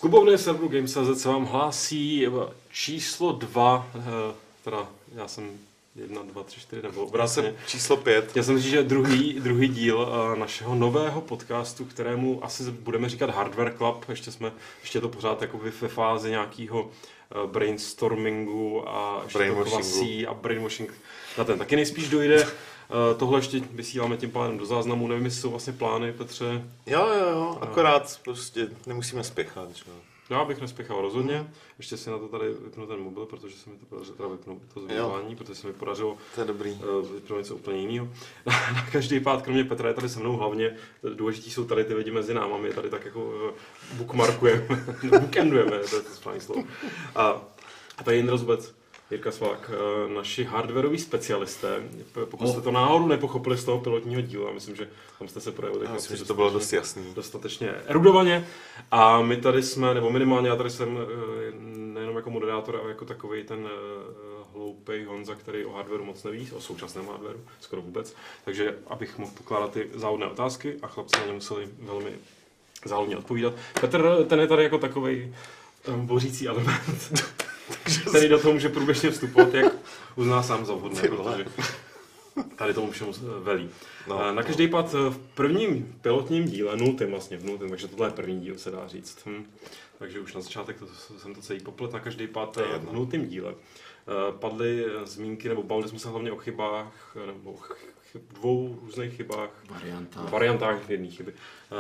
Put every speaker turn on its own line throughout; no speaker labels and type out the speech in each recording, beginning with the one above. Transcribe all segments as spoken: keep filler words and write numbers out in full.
klubovny serveru Games tečka cé zet se vám hlásí číslo dva, teda já jsem jedna, dva, tři, čtyři, nebo obráceně.
Číslo pět.
Já jsem říct, že druhý, druhý díl našeho nového podcastu, kterému asi budeme říkat Hardware Club, ještě jsme, ještě to pořád jako ve fázi nějakého brainstormingu a štokovací a brainwashing na ten taky nejspíš dojde. Tohle ještě vysíláme tím pádem do záznamu, nevím, jestli jsou vlastně plány, Petře.
Jo, jo, jo, akorát prostě nemusíme spěchat, že jo.
Já bych nespěchal rozhodně, ještě si na to tady vypnu ten mobil, protože se mi to podařilo, teda vypnu to zvolání, protože se mi podařilo
to je dobrý.
vypnout něco úplně jiného. Na každý pád, kromě Petra, je tady se mnou hlavně, důležitý jsou tady ty lidi mezi náma, my tady tak jako bookmarkujeme, bookendujeme, to je to správný slovo. A, a tady Jindra Zubec, Jirka Svák, naši hardwareoví specialisté. Pokud jste to náhodou nepochopili z toho pilotního dílu, a myslím, že tam jste se projevili.
Já myslím, že to bylo dost jasný.
Dostatečně erudovaně. A my tady jsme, nebo minimálně já tady jsem nejenom jako moderátor, ale jako takovej ten hloupej Honza, který o hardwareu moc neví, o současném hardwareu, skoro vůbec. Takže abych mohl pokládat ty závodné otázky a chlapci na ně museli velmi záhodně odpovídat. Petr, ten je tady jako takovej bořící element. Který do toho může průběžně vstupovat, jak uzná sám za vhodné, protože tady tomu všemu velí. No, na každý pád v prvním pilotním díle, nultým vlastně, v nultým, takže tohle je první díl, se dá říct. Hm. Takže už na začátek to, jsem to celý poplet. Na každý pád v nultým díle padly zmínky, nebo bavili jsme se hlavně o chybách, nebo dvou různých chybách,
variantách,
variantách v jedné chyby,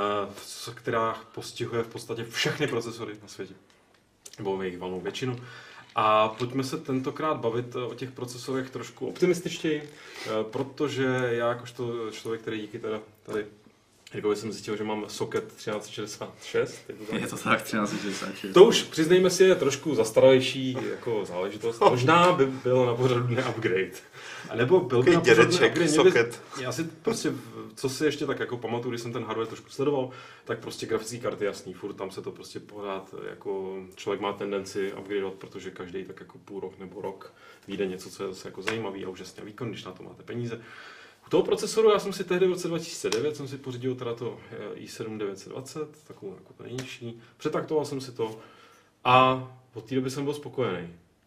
která postihuje v podstatě všechny procesory na světě, nebo jejich valnou většinu. A pojďme se tentokrát bavit o těch procesorech trošku optimističtěji, protože já jakožto člověk, který díky teda tady Jirkovi jsem zjistil, že mám socket třináct šedesát šest.
Je to, je to tak, třináct šedesát šest.
To už, přiznejme si, je trošku zastaralejší jako záležitost. Možná by byl na pořadu dne upgrade. A nebo byl by na pořadu dne upgrade.
Socket.
Já si prostě, co si ještě tak jako pamatuju, když jsem ten hardware trošku sledoval, tak prostě grafické karty jasný, furt tam se to prostě pořád, jako člověk má tendenci upgradeovat, protože každý tak jako půl rok nebo rok vyjde něco, co je zase jako zajímavý a úžasný výkon, když na to máte peníze. U toho procesoru já jsem si tehdy v roce dva tisíce devět jsem si pořídil teda to i sedm devět set dvacet, takovou jako to nejnižší. Přetaktoval jsem si to a od té doby jsem byl spokojený.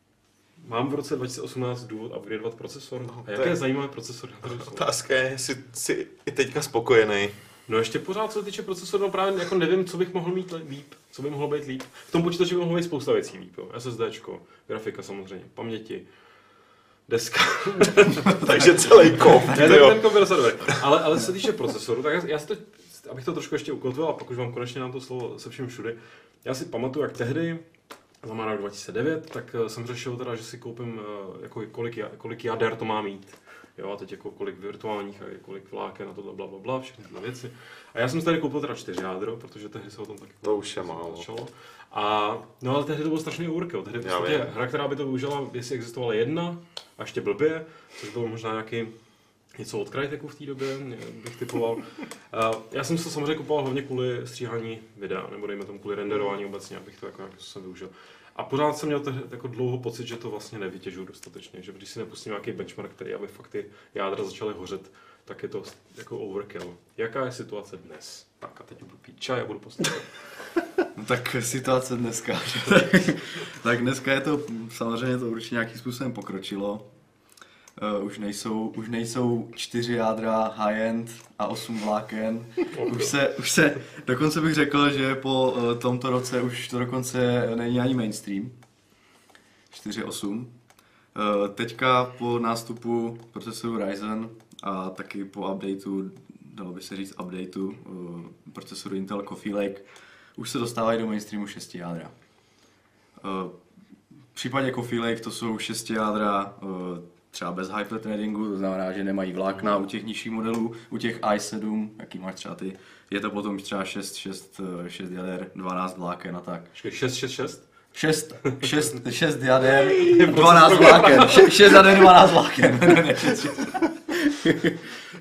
Mám v roce dva tisíce osmnáct důvod upgradeovat procesor. No, a jaké je zajímavé procesory?
Otázka je, jestli jsi i teďka spokojený.
No ještě pořád, co se týče procesoru, no právě jako nevím, co bych mohl mít líp, co by mohlo být líp. V tom počítači by mohlo být spousta věcí líp, jo. SSDčko, grafika samozřejmě, paměti, deska.
Takže celý kov.
Ne, ten, ten kov je docela dobrý. Ale, ale se týče procesoru, tak já, já si to, abych to trošku ještě ukotvil, a pak už vám konečně nám to slovo se vším všude. Já si pamatuju, jak tehdy, za rok dva tisíce devět, tak jsem řešil teda, že si koupím, jako kolik, kolik jader to má mít. Jo, a teď jako kolik virtuálních a kolik vláken a tohle bla, bla, bla, všechny tyhle věci. A já jsem si tady koupil teda čtyři jádro, protože tehdy se o tom taky
to už je málo.
Začalo. A no ale tehdy to byl strašný overkill. Tehdy v podstatě hra, která by to využila, jestli existovala jedna a ještě blbě, což bylo možná nějaký něco od Cryteku v té době, bych typoval. Já jsem se samozřejmě kupoval hlavně kvůli stříhání videa, nebo dejme tomu kvůli renderování obecně, abych to jako nějak jsem využil. A pořád jsem měl te, jako dlouho pocit, že to vlastně nevytěžuju dostatečně, že když si nepustím nějaký benchmark, který aby fakt ty jádra začaly hořet, tak je to jako overkill. Jaká je situace dnes? Tak a teď budu pít čaj a budu postupovat.
No tak situace dneska. Tak dneska je to, samozřejmě to určitě nějakým způsobem pokročilo. Uh, už, nejsou, už nejsou čtyři jádra high-end a osm vláken. Už se, už se, dokonce bych řekl, že po uh, tomto roce už to dokonce není ani mainstream. čtyři osm. Uh, teďka po nástupu procesoru Ryzen a taky po updateu, dalo by se říct updateu uh, procesoru Intel Coffee Lake, už se dostávají do mainstreamu šesti jádra. Uh, v případě Coffee Lake to jsou šesti jádra uh, třeba bez hyperthreadingu, to znamená, že nemají vlákna u těch nižších modelů, u těch i sedm, jaký máš třeba ty, je to potom třeba šest, šest, šest jader, dvanáct vláken a tak.
šest šest šest?
šest, šest, šest jader, dvanáct vláken, šest jader, dvanáct vláken.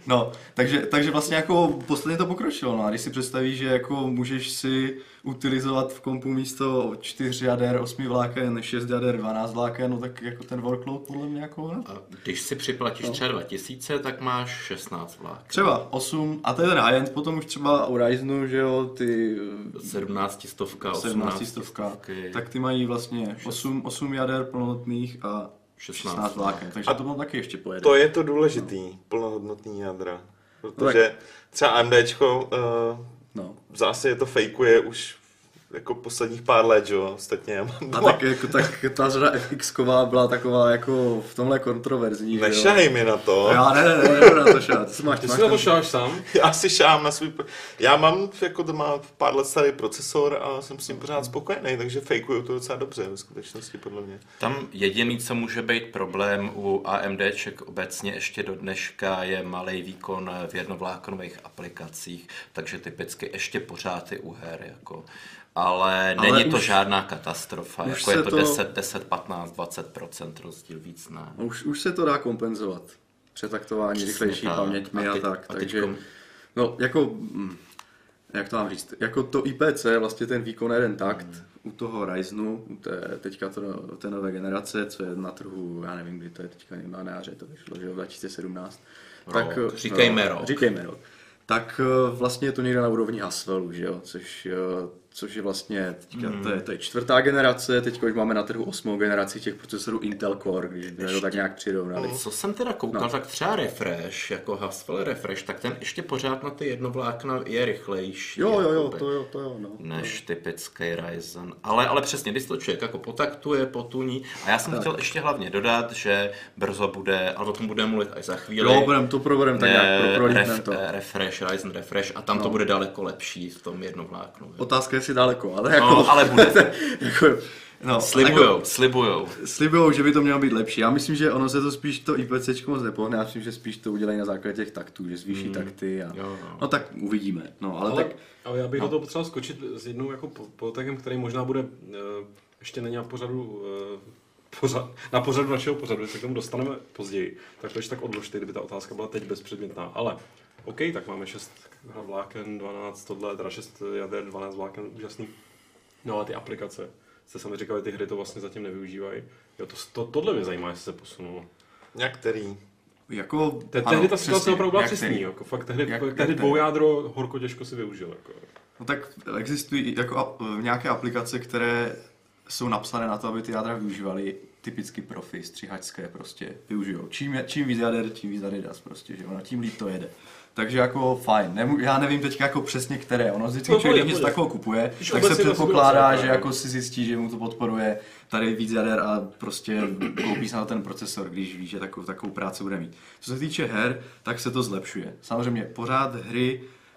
No, takže, takže vlastně jako posledně to pokročilo, no a když si představíš, že jako můžeš si utilizovat v kompu místo čtyř jader, osm vláken, šest jader, dvanáct vláken, no tak jako ten workload podle mě jako, ne?
A když si připlatíš
No.
třeba dva tisíce, tak máš šestnáct vláken.
Třeba osm, a to je ten high-end, potom už třeba u Ryzenu, že jo, ty
sedmnáct stovka,
sedmnáct
osmnáct
stovka,
stovky.
tak ty mají vlastně osm, osm jader plnohodnotných a
šestnáct
šestnáct vláken, takže
A
to tam taky ještě pojede.
To je to důležitý, plnohodnotný jádra. Protože třeba AMDčko uh,
No.
v zásadě to fejkuje už jako posledních pár let, že jo, ostatně já mám
A
doma.
tak, jako, tak ta řada F X-ková byla taková jako v tomhle kontroverzní, že jo.
Nešahej mi na to.
Já ne, ne, ne, nebudu na to šát. Ty si máš,
Ty
máš
si na to
ten-
šáš sám?
Já si šám na svůj... pro- Já mám jako doma pár let starý procesor a jsem s ním pořád spokojený, takže fejkuju to docela dobře ve skutečnosti, podle mě.
Tam jediný, co může být problém u AMDček obecně ještě do dneška, je malý výkon v jednovláknových aplikacích, takže typicky ještě pořád je u her. Jako. Ale,
Ale
není to
už-
žádná katastrofa,
už
jako
se
je to,
to-
deset, deset, patnáct, dvacet procent rozdíl, víc ne.
Už, už se to dá kompenzovat. Přetaktování,
Přesně
rychlejší
tak.
paměťmi
A
a,
teď-
tak.
a
takže,
teďkom-
no, jako, mm, jak to mám říct, jako to I P C, vlastně ten výkon jeden takt
Hmm.
u toho Ryzenu, u té, teďka to, té nové generace, co je na trhu, já nevím, kdy to je teďka na jaře, to vyšlo, že jo, dva tisíce sedmnáct.
Rok. Říkejme rok.
Říkejme rok. Tak eh, vlastně je to někde na úrovni Haswellu, že jo, což, eh, což je vlastně, teďka, to, je, to je čtvrtá generace, teďka už máme na trhu osmou generaci těch procesorů Intel Core, když by to tak nějak přirovnali.
Co jsem teda koukal,
No.
tak třeba Refresh, jako Haswell Refresh, tak ten ještě pořád na ty jednovlákna je rychlejší.
Jo, jo, jo,
jakoby,
to jo, to jo, no.
než typický Ryzen. Ale, ale přesně, když to člověk jako potaktuje, potuní. A já jsem
Tak.
chtěl ještě hlavně dodat, že brzo bude, ale o tom budeme mluvit až za chvíli.
Jo, budem, to proberem tak nějak, pro, prolítnem
ref,
to.
refresh, Ryzen Refresh a tam
No.
to bude daleko lepší v tom jednovláknu. jo.
Otázka je, jestli daleko, ale jako...
No, ale bude.
jako, no,
Slibujou,
Jako,
slibujou.
slibujou, že by to mělo být lepší. Já myslím, že ono se to spíš to IPCčko moc nepohne, já myslím, že spíš to udělají na základě těch taktů, že zvýší
Hmm.
takty a...
Jo, no.
No tak uvidíme, no ale,
Ale,
tak...
ale já bych
no.
do toho potřeboval skočit s jednou jako po- podotekem, který možná bude, eh, ještě není na pořadu, eh, pořad, na pořadu našeho pořadu, se k tomu dostaneme později. Tak to ještě tak odložte, kdyby ta otázka byla teď bezpředmětná. Ale OK, tak máme šest vláken, dvanáct tohle, teda šest jader, dvanáct vláken, úžasný. No a ty aplikace, jste sami říkali, ty hry to vlastně zatím nevyužívají. Jo, to, to, tohle mě zajímá, jestli se posunulo.
Jak který?
Jako,
Te,
ano,
tehdy ta situace
přesně,
opravdu byla
jak
přesný,
který.
jako fakt tehdy,
Jak-
jak,
jak
tehdy
který.
dvoujádro horko těžko si využil. Jako.
No tak existují jako ap- nějaké aplikace, které jsou napsané na to, aby ty jádra využívali typicky profi, střihačské prostě využijou. Čím, je- čím víc jader, tím víc Adidas prostě, že ono, tím líp to jede. Takže jako fajn, Nemu, já nevím teďka jako přesně které, ono vždycky
No,
člověk
pojď,
něco
pojď.
takového kupuje,
Když
tak se
obecně to
předpokládá,
bude
že
tak,
jako si zjistí, že mu to podporuje tady víc jader a prostě koupí se na ten procesor, když ví, že takovou, takovou práci bude mít. Co se týče her, tak se to zlepšuje. Samozřejmě pořád hry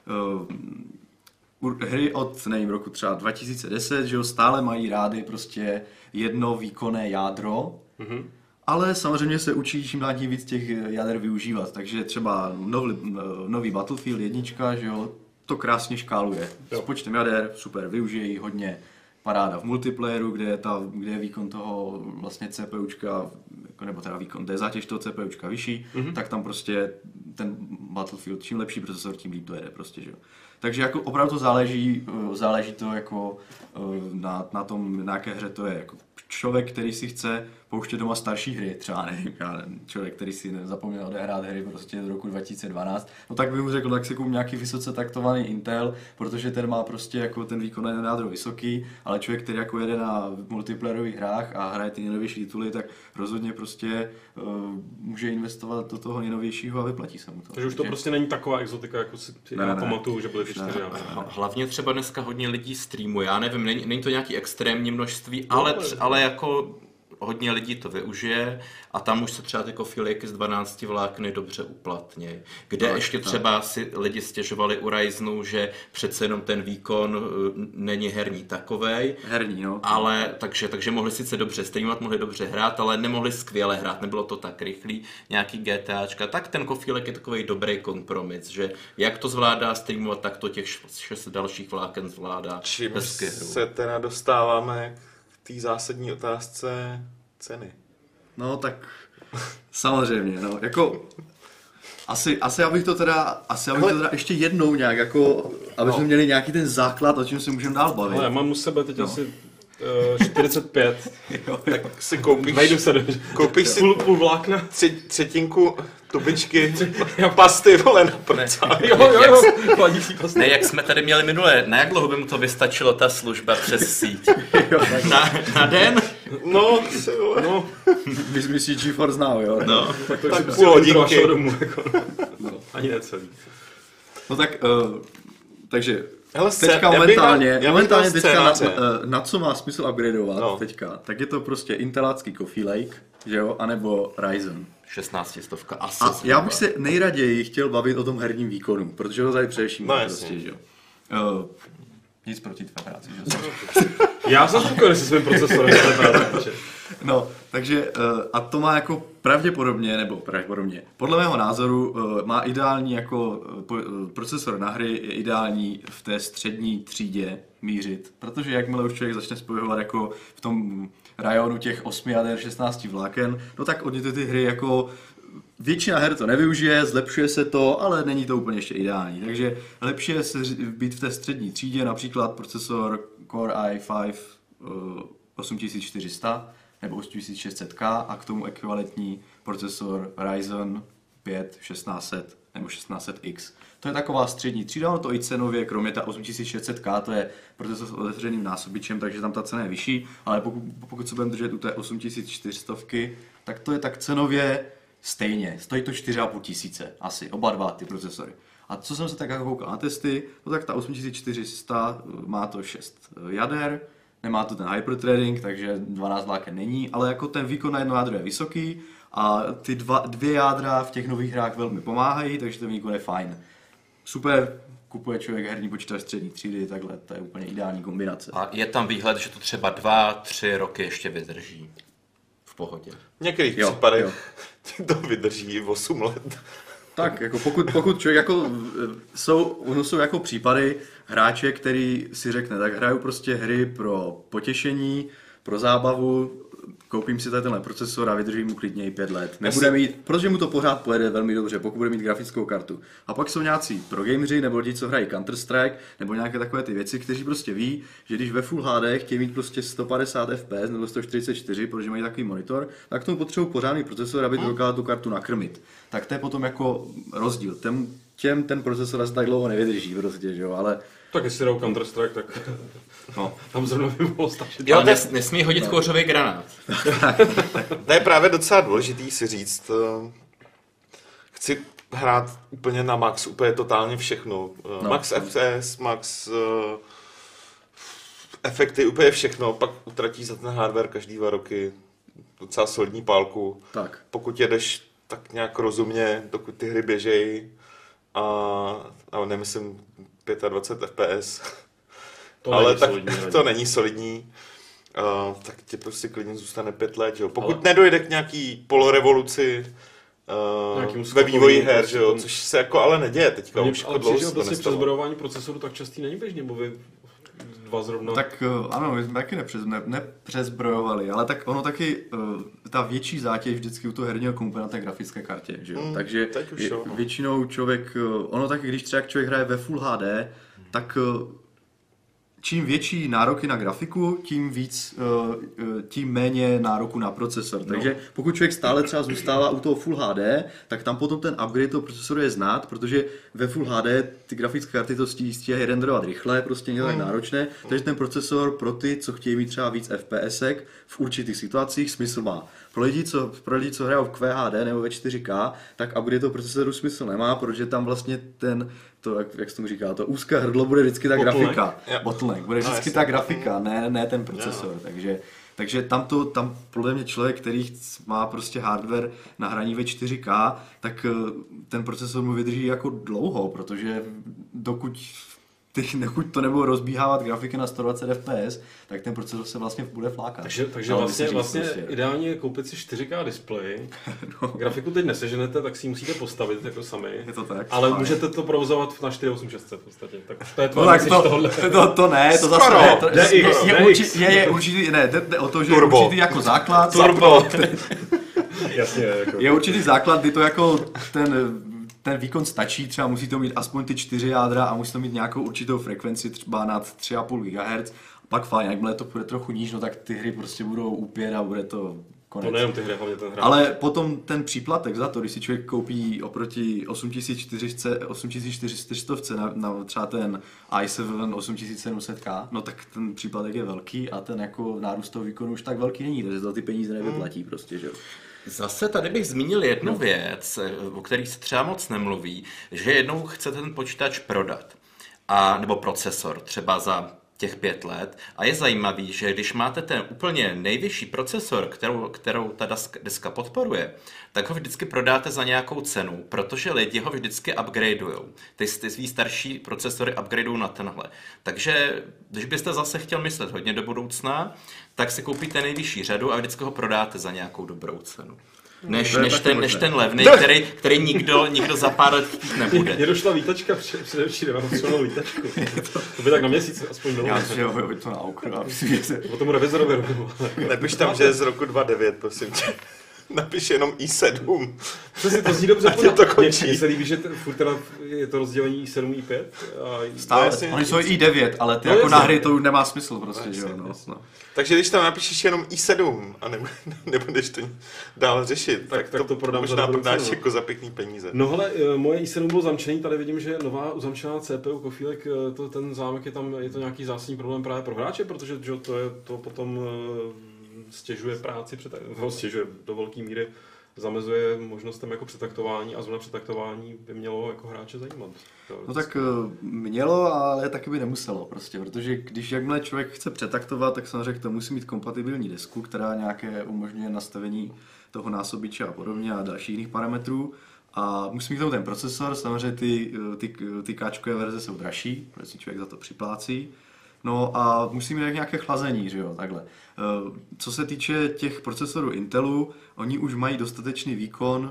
uh, hry od, nevím, roku třeba dva tisíce deset, že jo, stále mají rády prostě jedno výkonné jádro,
Mhm.
ale samozřejmě se učí čím dál tím víc těch jader využívat, takže třeba nový, nový Battlefield jednička, že jo, to krásně škáluje.
Jo.
S počtem jader, super, využijí hodně, paráda v multiplayeru, kde je, ta, kde je výkon toho vlastně CPUčka, jako, nebo teda výkon, kde je zátěž toho CPUčka vyšší,
Mhm.
tak tam prostě ten Battlefield, čím lepší procesor, tím líp to jede prostě, že jo. Takže jako opravdu to záleží, eh, záleží to jako eh, na, na tom, na jaké hře to je. Jako člověk, který si chce pouštět doma starší hry, třeba nevím, já nevím, člověk, který si zapomněl odehrát hry prostě do roku dva tisíce dvanáct, no tak bych mu řekl, tak si kup nějaký vysoce taktovaný Intel, protože ten má prostě jako ten výkonný jádro vysoký, ale člověk, který jako jede na multiplayerových hrách a hraje ty nejnovější tituly, tak rozhodně prostě uh, může investovat do toho nejnovějšího a vyplatí se mu to.
Takže už to prostě není taková exotika, jako si si
Ne,
já
ne.
pamatuju, že byly ty
Ne,
čtyři.
ne,
Ne,
ne.
Hla- Hlavně třeba dneska hodně lidí streamuje, já nevím, není, není to nějaký extrémní množství, ale, tř, ale jako hodně lidí to využije a tam už se třeba ty kofilíky z dvanácti vlákny dobře uplatnějí. Kde
Tak,
ještě
tak.
třeba si lidi stěžovali u Ryzenu, že přece jenom ten výkon uh, není herní takovej,
Herní, no.
ale takže, takže mohli sice dobře streamovat, mohli dobře hrát, ale nemohli skvěle hrát, nebylo to tak rychlý, nějaký GTAčka, tak ten kofílek je takový dobrý kompromis, že jak to zvládá streamovat, tak to těch š- šest dalších vláken zvládá
Čím
hezky hru.
se teda dostáváme k té zásadní otázce ceny.
No tak samozřejmě, no, jako Asi, asi abych to teda, asi abych to teda ještě jednou nějak jako, aby jsme měli nějaký ten základ, o čem se můžeme dál bavit.
Ale já mám u sebe teď no. asi uh, čtyřicet pět.
Jo, tak si koupíš,
Vejdu se do...
koupíš si
půl, půl vlákna.
Tři, třetinku tubičky, pasty, vole, na prcák.
Jo, jo, jo, chladící pasty.
Ne, jak jsme tady měli minule, na jak dlouho by mu to vystačilo, ta služba přes síť? na, na den?
No, si vole.
No,
Vy myslíš GeForce Now, jo?
No.
tak to
Tak
tak
půl hodinky.
Domů, jako, no. Ani necelý.
No tak, uh, takže
Hele,
teďka
já
momentálně,
bych dal- já bych
momentálně
dal
teďka na,
scénáře.
uh, na co má smysl upgradeovat
No.
teďka, tak je to prostě intelácký Coffee Lake, že jo, anebo Ryzen.
šestnáctistovka asi.
A já bych se nejraději chtěl bavit o tom herním výkonu, protože ho tady především
No,
no,
jasně.
prostě, že jo. Uh, nic proti tvé práci, že jo.
Já jsem spokojený se svým procesorem.
No, takže uh, a to má jako pravděpodobně, nebo pravděpodobně, podle mého názoru uh, má ideální jako uh, po, uh, procesor na hry je ideální v té střední třídě mířit, protože jakmile už člověk začne spojovat jako v tom rajonu těch osmi jader, šestnácti vláken, no tak oni ty, ty hry jako většina her to nevyužije, zlepšuje se to, ale není to úplně ještě ideální. Takže lepší je se být v té střední třídě, například procesor Core i pět uh, osm tisíc čtyři sta nebo osm tisíc šest set K a k tomu ekvivalentní procesor Ryzen pět šestnáct set nebo šestnáct set X. To je taková střední třída, ono to i cenově, kromě ta osm tisíc šest set K, to je procesor s otevřeným násobičem, takže tam ta cena je vyšší, ale pokud, pokud se budeme držet u té osm tisíc čtyři sta, tak to je tak cenově stejně, stojí to čtyři a půl tisíce, asi, oba dva ty procesory. A co jsem se tak jako koukal na testy, no tak ta osm tisíc čtyři sta má to šest jader, nemá to ten hyperthreading, takže dvanáct vláken není, ale jako ten výkon na jedno jádro je vysoký a ty dva, dvě jádra v těch nových hrách velmi pomáhají, takže ten výkon je fajn. Super, kupuje člověk herní počítač střední třídy, takhle, to je úplně ideální kombinace.
A je tam výhled, že to třeba dva, tři roky ještě vydrží. V pohodě.
V některých
Jo,
případech to vydrží osm let.
Tak, jako pokud, pokud člověk jako, jsou, ono jsou jako případy hráče, který si řekne, tak hraju prostě hry pro potěšení, pro zábavu, koupím si tady tenhle procesor a vydržím mu klidně i pět let. Nebude mít, protože mu to pořád pojede velmi dobře, pokud bude mít grafickou kartu. A pak jsou nějací pro gameři nebo lidi, co hrají Counter-Strike, nebo nějaké takové ty věci, kteří prostě ví, že když ve Full H D chtějí mít prostě sto padesát F P S nebo sto čtyřicet čtyři, protože mají takový monitor, tak tomu potřebují pořádný procesor, aby to dokázal tu kartu nakrmit. Tak to je potom jako rozdíl. Těm, těm ten procesor asi tak dlouho nevydrží prostě, že jo, ale
Tak jestli jdou Counter-Strike, tak
no.
tam zrovna by mohlo stačit.
Jo, nes, nesmí hodit no. kouřový granát.
To je právě docela důležitý si říct. uh, Chci hrát úplně na max, úplně totálně všechno. Uh,
No.
Max F P S, max uh, efekty, úplně všechno. Pak utratí za ten hardware každý dva roky docela solidní pálku.
tak.
Pokud jedeš tak nějak rozumně, dokud ty hry běžejí a, a nemyslím dvacet pět F P S,
To
ale
není
tak
solidní hraní.
to není solidní, uh, tak ti prostě klidně zůstane pět let, že jo. Pokud
Ale-
nedojde k nějaký polorevoluci uh,
Nějakým
ve
skokovým
vývoji her,
prostě
že jo,
tom-
což se jako ale neděje teďka,
Oni,
už jako
ale
dlouho
přijde
se to
obecně
nestalo.
přezbrojování procesoru tak častý není běžně, bo vy dva zrovna.
Tak uh, ano, my jsme taky nepřez, ne, nepřezbrojovali, ale tak ono taky, uh, ta větší zátěž vždycky u toho herního kompu na té grafické kartě, že jo?
Mm,
Takže
teď už
je,
jo, no.
většinou člověk, uh, ono taky, když třeba člověk hraje ve Full H D, tak uh, čím větší nároky na grafiku, tím víc, uh, uh, tím méně nároku na procesor.
No.
Takže pokud člověk stále třeba zůstává u toho Full H D, tak tam potom ten upgrade toho procesoru je znát, protože ve Full H D ty grafické karty to stí- stíhají renderovat rychle, prostě není to tak náročné, takže ten procesor pro ty, co chtějí mít třeba víc FPSek v určitých situacích, smysl má. Pro lidi, co, pro lidi, co hrajou v Q H D nebo ve čtyři K, tak upgrade toho procesoru smysl nemá, protože tam vlastně ten, to, jak, jak se tomu říká, to úzké hrdlo bude vždycky ta
Bottleneck.
grafika.
Jo.
Bottleneck. Bude
No,
vždycky
jasně.
ta grafika, ne, ne ten procesor. Takže, takže tam, to, tam podle mě člověk, který chc- má prostě hardware na hraní ve čtyři K, tak eh, ten procesor mu vydrží jako dlouho, protože dokud ty, dokud to nebudou rozbíhávat grafiky na sto dvacet F P S, tak ten procesor se vlastně bude flákat.
Takže, takže
Dalo by
vlastně,
se říct
vlastně
prostě.
ideálně je koupit si čtyři K display.
No.
Grafiku teď neseženete, tak si ji musíte postavit jako sami.
Je to tak?
Ale
Fajn.
můžete to provozovat na čtyři osm šest set v podstatě. Tak to je
No
tvoje
tak
message
to,
tohle.
to, to ne, to zase
Skoro.
ne. To,
D X,
je, je,
D X.
určitý, je, je určitý, ne, jde, jde o to, že
Turbo.
je určitý jako základ.
Turbo.
Jasně, jako.
Je určitý základ, kdy to jako ten, ten výkon stačí, třeba musí to mít aspoň ty čtyři jádra a musí to mít nějakou určitou frekvenci, třeba nad tři a půl gigahertz. Pak fajn, jakmile to bude trochu níž, no tak ty hry prostě budou úpět a bude to konec.
To nejenom ty hry, hlavně ten hra.
Ale potom ten příplatek za to, když si člověk koupí oproti osm tisíc čtyři sta na, na třeba ten i sedm osm tisíc sedm set K, no tak ten příplatek je velký a ten jako nárůst toho výkonu už tak velký není, takže za ty peníze nevyplatí prostě, že jo.
Zase tady bych zmínil jednu no. věc, o které se třeba moc nemluví, že jednou chcete ten počítač prodat, a, nebo procesor, třeba za těch pět let. A je zajímavý, že když máte ten úplně nejvyšší procesor, kterou, kterou ta deska podporuje, tak ho vždycky prodáte za nějakou cenu, protože lidi ho vždycky upgradeujou. Ty, ty svý starší procesory upgradeují na tenhle. Takže když byste zase chtěl myslet hodně do budoucna, tak si koupíte nejvyšší řadu a vždycky ho prodáte za nějakou dobrou cenu. Než, než, ten, než ten levný, který, který nikdo, nikdo za pár let chtít nebude.
Mně došla výtačka předevčí, nemám potřebnou výtačku. To by tak na měsíc aspoň bylo.
Já si ho to na okru a myslím, že
o tomu revizorovi rovnou.
Nepiš tam, že je z roku dva devět, prosím tě. Napiš jenom i sedm.
Přesně, to zní dobře.
A to končí.
Mně se líbí, že furt teda je to rozdělení i sedm, i pět. A
stále, oni jsou i devět, ale ty no, jako na hry to už nemá smysl prostě, no, že jo. No, no.
Takže když tam napíšeš jenom i sedm a nebudeš to dál řešit, tak, tak to, to prodám možná prodáš jako za pěkný peníze.
No hele, moje i sedm bylo zamčený, tady vidím, že nová uzamčená C P U Kofílek, to, ten zámek je tam, je to nějaký zásadní problém právě pro hráče, protože že, to, je, to potom stěžuje práci, no, stěžuje do velké míry, zamezuje možnostem jako přetaktování a zóna přetaktování by mělo jako hráče zajímat.
No tak mělo, ale taky by nemuselo prostě, protože když jakmile člověk chce přetaktovat, tak samozřejmě k tomu musí mít kompatibilní desku, která nějaké umožňuje nastavení toho násobiče a podobně a dalších jiných parametrů. A musí mít k tomu ten procesor, samozřejmě ty, ty, ty káčkové verze jsou dražší, protože si člověk za to připlácí. No a musí mít nějaké chlazení, že jo, takhle. Co se týče těch procesorů Intelu, oni už mají dostatečný výkon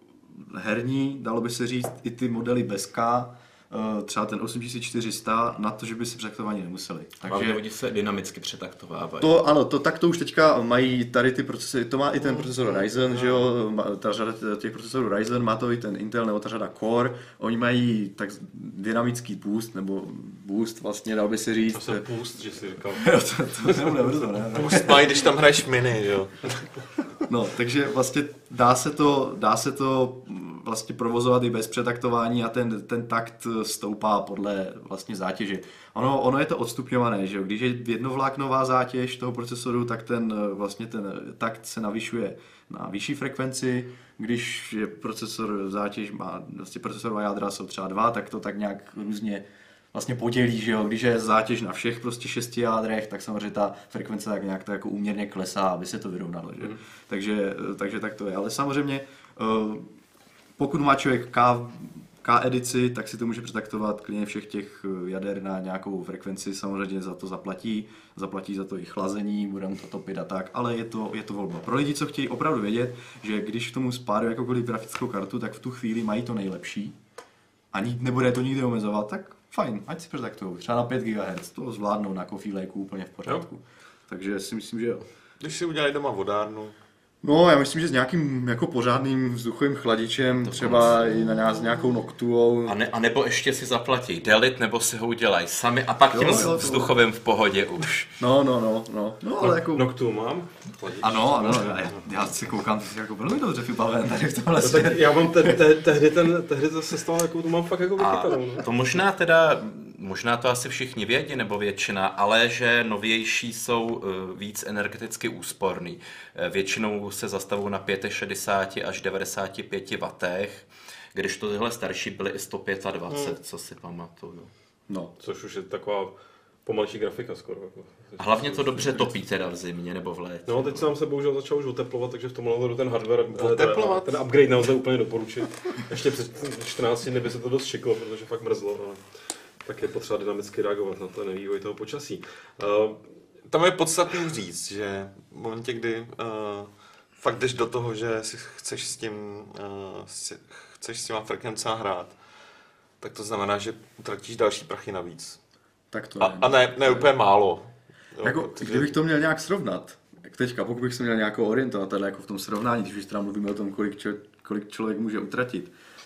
herní, dalo by se říct i ty modely bez K, třeba ten osm tisíc čtyři sta, na to, že by se přetaktování nemuseli.
Takže oni se dynamicky přetaktovávají.
To ano, to, tak to už teďka mají tady ty procesory, to má i ten procesor Ryzen, že jo, ta řada těch procesorů Ryzen, má to i ten Intel nebo ta řada Core, oni mají tak dynamický boost, nebo boost vlastně, dal by se říct.
To se boost, že si říkal.
to, to, to nebude brzo, ne?
Boost mají, když tam hraješ mini, jo.
No, takže vlastně dá se to, dá se to vlastně provozovat i bez přetaktování a ten, ten takt stoupá podle vlastně zátěže. Ono, ono je to odstupňované, že jo? Když je jednovláknová zátěž toho procesoru, tak ten vlastně ten takt se navyšuje na vyšší frekvenci. Když je procesor zátěž má, vlastně procesorová jádra jsou třeba dva, tak to tak nějak různě vlastně podělí, že jo, když je zátěž na všech prostě šesti jádrech, tak samozřejmě ta frekvence tak nějak to jako úměrně klesá, aby se to vyrovnalo, že? Mm. Takže, takže tak to je, ale samozřejmě pokud má člověk K, K edici, tak si to může přetaktovat klidně všech těch jader na nějakou frekvenci, samozřejmě za to zaplatí, zaplatí za to i chlazení, bude mu to topit a tak, ale je to, je to volba. Pro lidi, co chtějí opravdu vědět, že když k tomu spárují jakoukoliv grafickou kartu, tak v tu chvíli mají to nejlepší a nebude to nikdy omezovat, tak fajn, ať si přetaktujou. Třeba na pět gigahertz, to zvládnou na kofílejku úplně v pořádku. Jo. Takže si myslím, že jo.
Když si udělali doma vodárnu.
No, já myslím, že s nějakým jako pořádným vzduchovým chladičem, to třeba i na nás nějakou Noctuou.
A, ne, a nebo ještě si zaplatí Delit, nebo si ho udělají sami a pak jo, tím jo, vzduchovým v pohodě už.
No, no, no, no. no ale jako...
Noctu mám. Chladič.
Ano, ano, já, já si koukám, ty jsi jako velmi dobře vybaven tady v tomhle
no, tak já mám te, te, tehdy, ten, tehdy to se stalo, jako to mám fakt jako vychytanou. No.
To možná teda, možná to asi všichni vědí, nebo většina, ale že novější jsou víc energeticky úsporný. Většinou se zastavují na šedesát pět až devadesát pět wattech, když to tyhle starší byly i sto dvacet pět, hmm. co si pamatuju.
No. Což už je taková pomalejší grafika skoro. Jako.
A hlavně to dobře topí teda v zimě nebo v létě.
No, teď se nám se bohužel začal už oteplovat, takže v tomhle ohledu ten hardware, oteplovat. ten upgrade nelze úplně doporučit. Ještě před čtrnácti dny by se to dost šiklo, protože fakt mrzlo, ale tak je potřeba dynamicky reagovat na to nevývoj toho počasí. Uh,
Tam je podstatný říct, že v momentě, kdy uh, fakt jdeš do toho, že si chceš s tím, uh, si, chceš s těma frekvencema hrát, tak to znamená, že utratíš další prachy navíc.
Tak to
a, a ne, ne úplně málo.
Jo, jako, protože... Kdybych to měl nějak srovnat, jak teďka, pokud bych se měl nějakou orientovat, tady jako v tom srovnání, když už teda mluvíme o tom, kolik, čo, kolik člověk může utratit,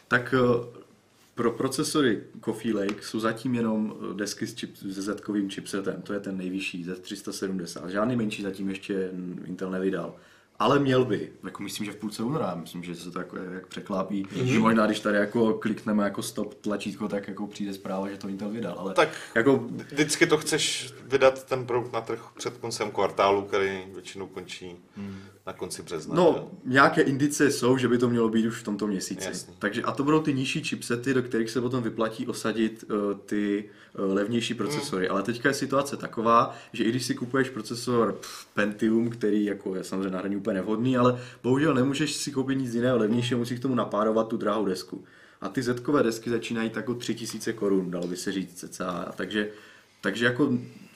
Tak pro procesory Coffee Lake jsou zatím jenom desky s, čip, s Z-kovým chipsetem, to je ten nejvyšší, Z tři sta sedmdesát. Žádný menší zatím ještě Intel nevydal. Ale měl by, jako myslím, že v půlce února, myslím, že se to jako jak překlápí, mm-hmm. že možná když tady jako klikneme jako stop tlačítko, tak jako přijde zpráva, že to Intel vydal, ale
tak
jako
vždycky to chceš vydat ten produkt na trh před koncem kvartálu, který většinou končí mm. na konci března.
No,
že?
nějaké indicie jsou, že by to mělo být už v tomto měsíci.
Jasně.
Takže a to budou ty nižší chipsety, do kterých se potom vyplatí osadit uh, ty uh, levnější procesory. Mm. Ale teďka je situace taková, že i když si kupuješ procesor pff, Pentium, který jako je samozřejmě na hraní úplně nevhodný, ale bohužel nemůžeš si koupit nic jiného levnějšího, musíš k tomu napárovat tu drahou desku. A ty Z-kové desky začínají tak o tři tisíce korun, dalo by se říct cca. Takže, takže jako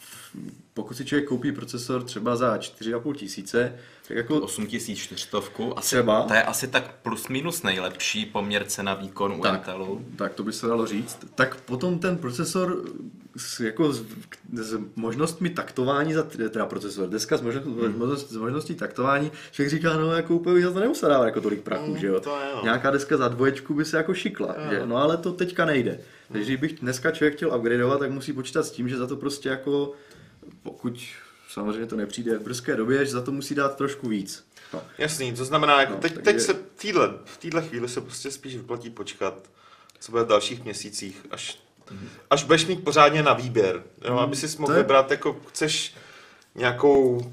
pokud si člověk koupí procesor třeba za čtyři a půl tisíce, tak jako
osm tisíc čtyři sta, asi,
třeba.
To je asi tak plus minus nejlepší poměr cena výkon u
tak,
Intelu.
Tak to by se dalo říct. Tak potom ten procesor s, jako s, s možnostmi taktování, za, teda procesor, deska s, možnost, mm. s možností taktování, člověk říká, no jako úplně za to nemusel dávat jako tolik prachu, mm, že jo.
jo.
Nějaká deska za dvoječku by se jako šikla, že? No ale to teďka nejde. Takže kdybych dneska člověk chtěl upgradeovat, tak musí počítat s tím, že za to prostě jako, pokud samozřejmě to nepřijde v brzké době, že za to musí dát trošku víc. No.
Jasný, to znamená, jako
no,
teď,
takže...
teď se v téhle, v téhle chvíli se prostě spíš vyplatí počkat, co bude v dalších měsících, až, mm. až budeš mít pořádně na výběr, jo, mm. aby si mohl je... vybrat, jako chceš nějakou,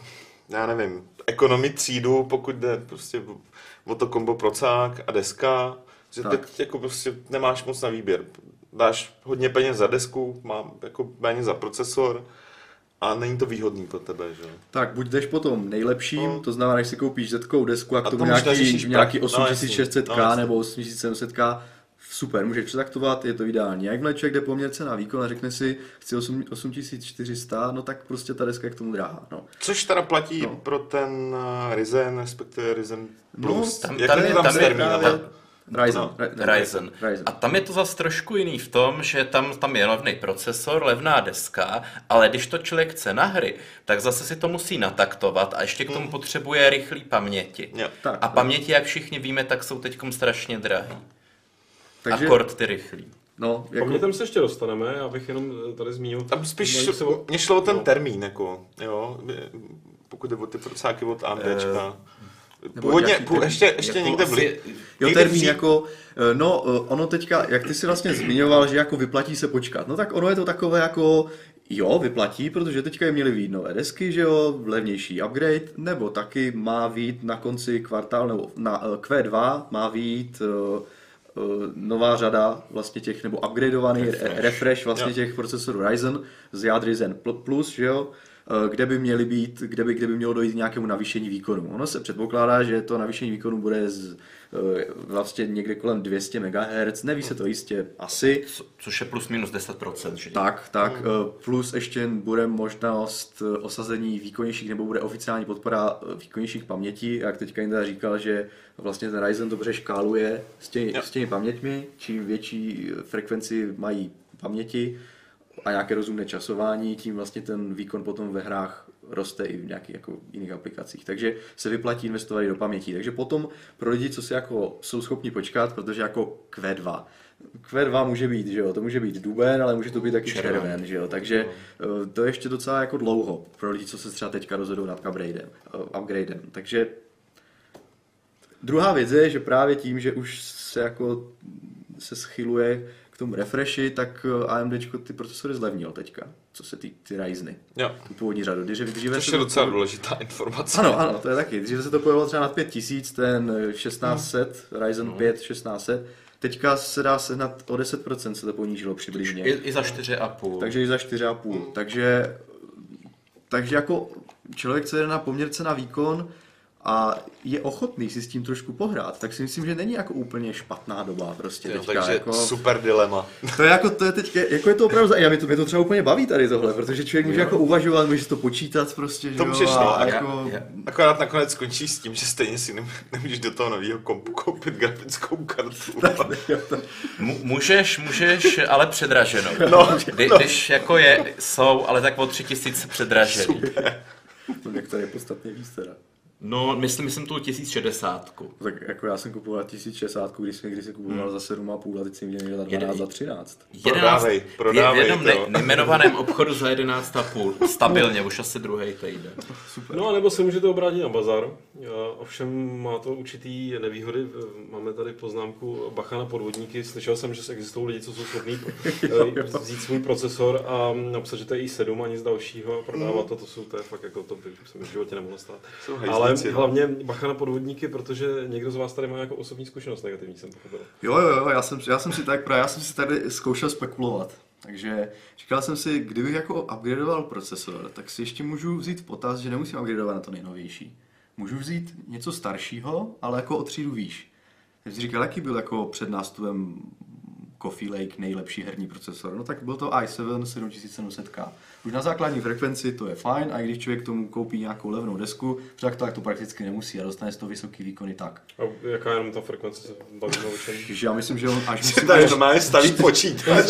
já nevím, economy třídu, pokud jde prostě o to kombo procák a deska, že tak. Teď jako prostě nemáš moc na výběr. Dáš hodně peněz za desku, mám jako méně za procesor a není to výhodný pro tebe, že?
Tak buď jdeš po tom nejlepším, no. To znamená, že si koupíš Z-kovou desku a k tomu
nějaký,
nějaký osm tisíc šest set K
no,
nebo osm tisíc sedm set K, super, můžeš přetaktovat, je to ideální. Jakmile člověk jde poměr cena výkon a řekne si, chci osm tisíc čtyři sta, no tak prostě ta deska je k tomu drahá. No.
Což teda platí no. pro ten Ryzen, respektive Ryzen Plus.
No, tam, tam, je, tam, tam, je, tam,
Ryzen.
No, Ryzen. Ryzen. A tam je to zase trošku jiný v tom, že tam, tam je levný procesor, levná deska, ale když to člověk chce na hry, tak zase si to musí nataktovat a ještě k tomu potřebuje rychlý paměti.
Jo,
tak,
a paměti, jak všichni víme, tak jsou teďkom strašně drahý.
Takže...
Akord ty rychlý.
No,
jako... Pamětem se ještě dostaneme, abych jenom tady zmínil.
Tam spíš se o... mě šlo o ten no. termín, jako, jo, pokud jde o ty procáky od AMDčka. Uh... Původně, pů, ještě, ještě jako někde byli.
Jo, termín jako, no ono teďka, jak ty si vlastně zmiňoval, že jako vyplatí se počkat, no tak ono je to takové jako, jo, vyplatí, protože teďka je měly vyjít nové desky, že jo, levnější upgrade, nebo taky má vyjít na konci kvartál, nebo na Q dva má vyjít uh, uh, nová řada vlastně těch, nebo upgradeovaný refresh, refresh vlastně jo. těch procesorů Ryzen z jádry Zen Plus, že jo, kde by měly být, kde by, kde by mělo dojít k nějakému navýšení výkonu. Ono se předpokládá, že to navýšení výkonu bude z, vlastně někde kolem dvě stě megahertzů, neví se to jistě, asi.
Co, což je plus minus deset procent. Že?
Tak, tak, hmm. plus ještě bude možnost osazení výkonnějších, nebo bude oficiální podpora výkonnějších pamětí, jak teďka Inda říkal, že vlastně ten Ryzen dobře škáluje s těmi, s těmi paměťmi, čím větší frekvenci mají paměti, a nějaké rozumné časování, tím vlastně ten výkon potom ve hrách roste i v nějakých jako jiných aplikacích. Takže se vyplatí investovat i do paměti. Takže potom pro lidi, co si jako jsou schopni počkat, protože jako Q dva. Q dva může být, že jo, to může být duben, ale může to být taky červen, červen že jo. Takže to je ještě docela jako dlouho pro lidi, co se třeba teďka rozhodou nad upgradem. upgradem. Takže druhá věc je, že právě tím, že už se jako se schyluje k tomu refreshi, tak AMDčko ty procesory zlevnil teďka, co se ty, ty Ryzeny.
Jo.
Tu původní řadu. Dříve
Což je docela to... důležitá informace.
Ano, ano, to je taky. Dříve se to pojevilo třeba nad pět tisíc, ten šestnáct set, hmm. Ryzen hmm. pět šestnáct set. Teďka se dá sehnat o deset procent se to ponížilo přibližně.
I, i za čtyři a půl.
Takže i za čtyři a půl. Hmm. Takže, takže jako člověk, co jde na poměrce na výkon, a je ochotný si s tím trošku pohrát, tak si myslím, že není jako úplně špatná doba prostě
jo,
teďka.
Takže
jako,
super dilema.
To je jako, to je teďka, jako je to opravdu, já mě to, mě to třeba úplně baví tady tohle, protože člověk může jo. jako uvažovat, může to počítat prostě, že
to můžeš,
jo,
no,
a jako...
Já, já. Akorát nakonec skončí s tím, že stejně si nemůžeš do toho nového kompu koupit grafickou kartu.
Můžeš, můžeš, ale předraženou.
No,
Kdy,
no.
Když jako je, jsou, ale tak o tři tisíce předražený.
To některé je podstatně víc teda.
No, myslím, myslím tu tisíc šedesát.
Tak jako já jsem kupoval tisíc šedesát, když jsem když se kupoval hmm. za sedm a půl a teď jsem viděl někde za dvanáct, za třináct.
Prodávej, prodávej
v jednom ne, nejmenovaném obchodu za jedenáct a půl. Stabilně, už asi druhý týden.
Super. No a nebo se můžete obrátit na bazar. Ovšem má to určitý nevýhody. Máme tady poznámku bacha na podvodníky. Slyšel jsem, že existují lidi, co jsou schopní vzít svůj procesor a napsat, že to je i sedm a nic dalšího a prodávat to. To jsou to je fakt jako to by se mi v životě nemohlo stát. Ale hlavně bacha na podvodníky, protože někdo z vás tady má jako osobní zkušenost negativní, jsem pochopil.
Jo, jo, jo, já jsem, já jsem si tak já jsem si tady zkoušel spekulovat. Takže říkal jsem si, kdybych jako upgradeoval procesor, tak si ještě můžu vzít v potaz, že nemusím upgradeovat na to nejnovější. Můžu vzít něco staršího, ale jako o třídu výš. Já si říkal, jaký byl jako před nástupem Coffee Lake nejlepší herní procesor, no tak byl to i sedm sedm tisíc sedm set K. Už na základní frekvenci to je fajn, a když člověk tomu koupí nějakou levnou desku, tak to, tak to prakticky nemusí a dostane z toho vysoký výkony tak.
A jaká je jenom ta frekvence, se bavíme o čem?
Já myslím, že on až musí...
Tady normálně staví počítač,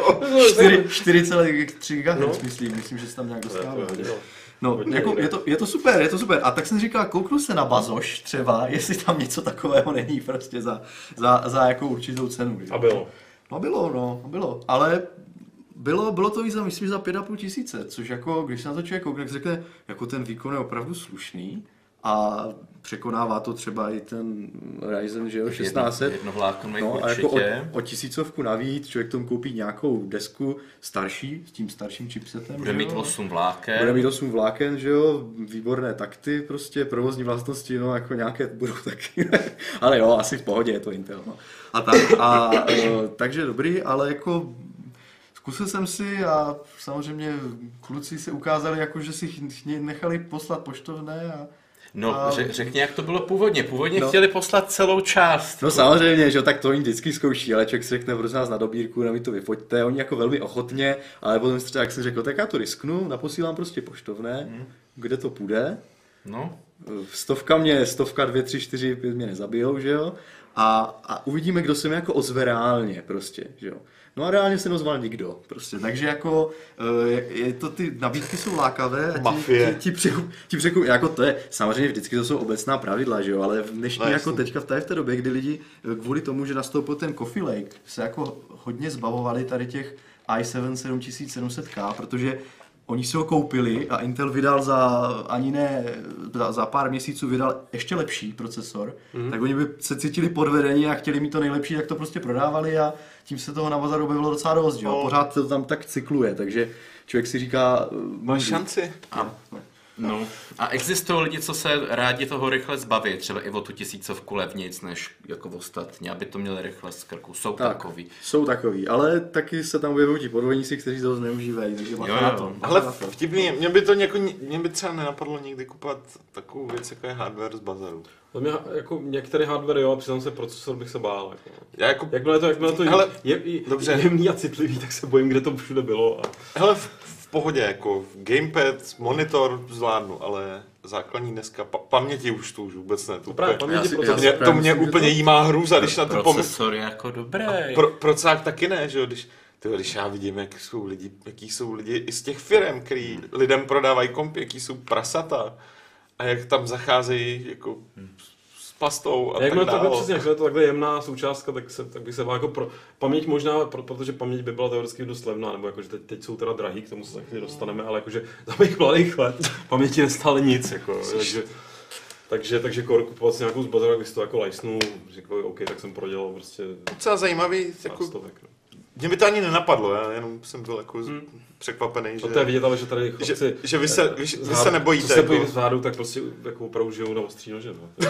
čtyři celá tři gigahertz, no. myslím, myslím, že se tam nějak dostává. No, jako, je, to, je to super, je to super. A tak jsem říkal, kouknu se na Bazoš třeba, jestli tam něco takového není prostě za, za, za jakou určitou cenu.
A bylo.
No bylo, no, bylo, ale bylo, bylo to víc za, myslím, za pět a půl tisíce, což jako, když se na to člověk koukne, tak řekne, jako ten výkon je opravdu slušný a překonává to třeba i ten Ryzen, že jo, šestnáct set.
Jednovláknový
no,
určitě.
A jako o, o tisícovku navíc, člověk tomu koupí nějakou desku starší, s tím starším chipsetem.
Bude mít osm vláken.
Bude mít osm vláken, že jo, výborné takty, prostě provozní vlastnosti, no jako nějaké budou taky, ale jo, asi v pohodě je to Intel, no. A tak, a e, takže dobrý, ale jako zkusil jsem si a samozřejmě kluci se ukázali, jako, že si nechali poslat poštovné a
No,
a...
řekni, jak to bylo původně. Původně
no.
chtěli poslat celou část.
No samozřejmě, že tak to oni vždycky zkouší, ale člověk si řekne, prosím nás na dobírku, na mi to vyfoťte, oni jako velmi ochotně, ale potom si třeba, jak jsem řekl, tak já to risknu, naposílám prostě poštovné, hmm. kde to půjde.
No.
Stovka mě, stovka, dvě, tři, čtyři, pět mě nezabijou, že jo? A, a uvidíme, kdo se mi jako ozve reálně prostě, že jo? No a reálně se neozval nikdo, prostě, takže jako je, je to, ty nabídky jsou lákavé a ti, ti, ti, překup, ti překup, jako to je, samozřejmě vždycky to jsou obecná pravidla, že jo, ale v dnešní, no, jako teďka v té, v té době, kdy lidi kvůli tomu, že nastoupil ten Coffee Lake, se jako hodně zbavovali tady těch i sedm sedm tisíc sedm set K, protože oni si ho koupili a Intel vydal za ani ne, za, za pár měsíců vydal ještě lepší procesor, mm. tak oni by se cítili podvedení a chtěli mít to nejlepší, tak to prostě prodávali a tím se toho na bazaru objevilo docela dost, jo.
Oh.
Pořád to tam tak cykluje, takže člověk si říká...
Máš šanci.
A, no. A existují lidi, co se rádi toho rychle zbaví, třeba i o tu tisícovku levnějc, než jako ostatní, aby to měli rychle z krku. Jsou tak, takový.
Jsou takový, ale taky se tam objevují ti podvodníci, kteří to zneužívají, takže
jo, na to.
Ale vtipný, mě by to něko, mě by třeba nenapadlo někdy kupovat takovou věc, jako je hardware z bazaru.
Mě, jako některé hardware, jo, a přiznám se, procesor bych se bál. Jako.
Já jako...
Jakmile to, jakmile to
hele,
je, je, dobře. jemný a citlivý, tak se bojím, kde to všude bylo. A...
Hele, v, v pohodě, jako gamepad, monitor zvládnu, ale základní dneska, pa, paměti už to už vůbec ne. To,
právě, paměti,
já,
proces,
to, mě, to mě úplně to... jímá hrůza, když na to
procesor je jako dobrý.
Pro, procák taky ne, že jo, když... Tyhle, když já vidím, jak jsou lidi, jaký jsou lidi i z těch firem, který hmm. lidem prodávají kompy, jaký jsou prasata a jak tam zacházejí jako hmm. s pastou a
jak
tak dále.
Přesně, jak je to takhle jemná součástka, tak, se, tak bych se jako pro, paměť možná, pro, protože paměť by byla teoreticky dost levná, nebo jakože teď, teď jsou teda drahý, k tomu se za chvíli dostaneme, ale jakože za mých mladých let paměti nestále nic, jako, takže, takže, takže kor kupovat si nějakou z bazaru, když to jako lajsnu, říkal, OK, tak jsem prodělal prostě...
Docela zajímavý, jako... Stovek, no. Mě by to ani nenapadlo, já jenom jsem byl jako hmm. překvapený, že...
No to je vidět, ale že tady chlapci...
Že, že vy, se, vy, vy se nebojíte.
Co se bojí vzhledu, tak prostě jako opravdu žijou na ostrý nože, no.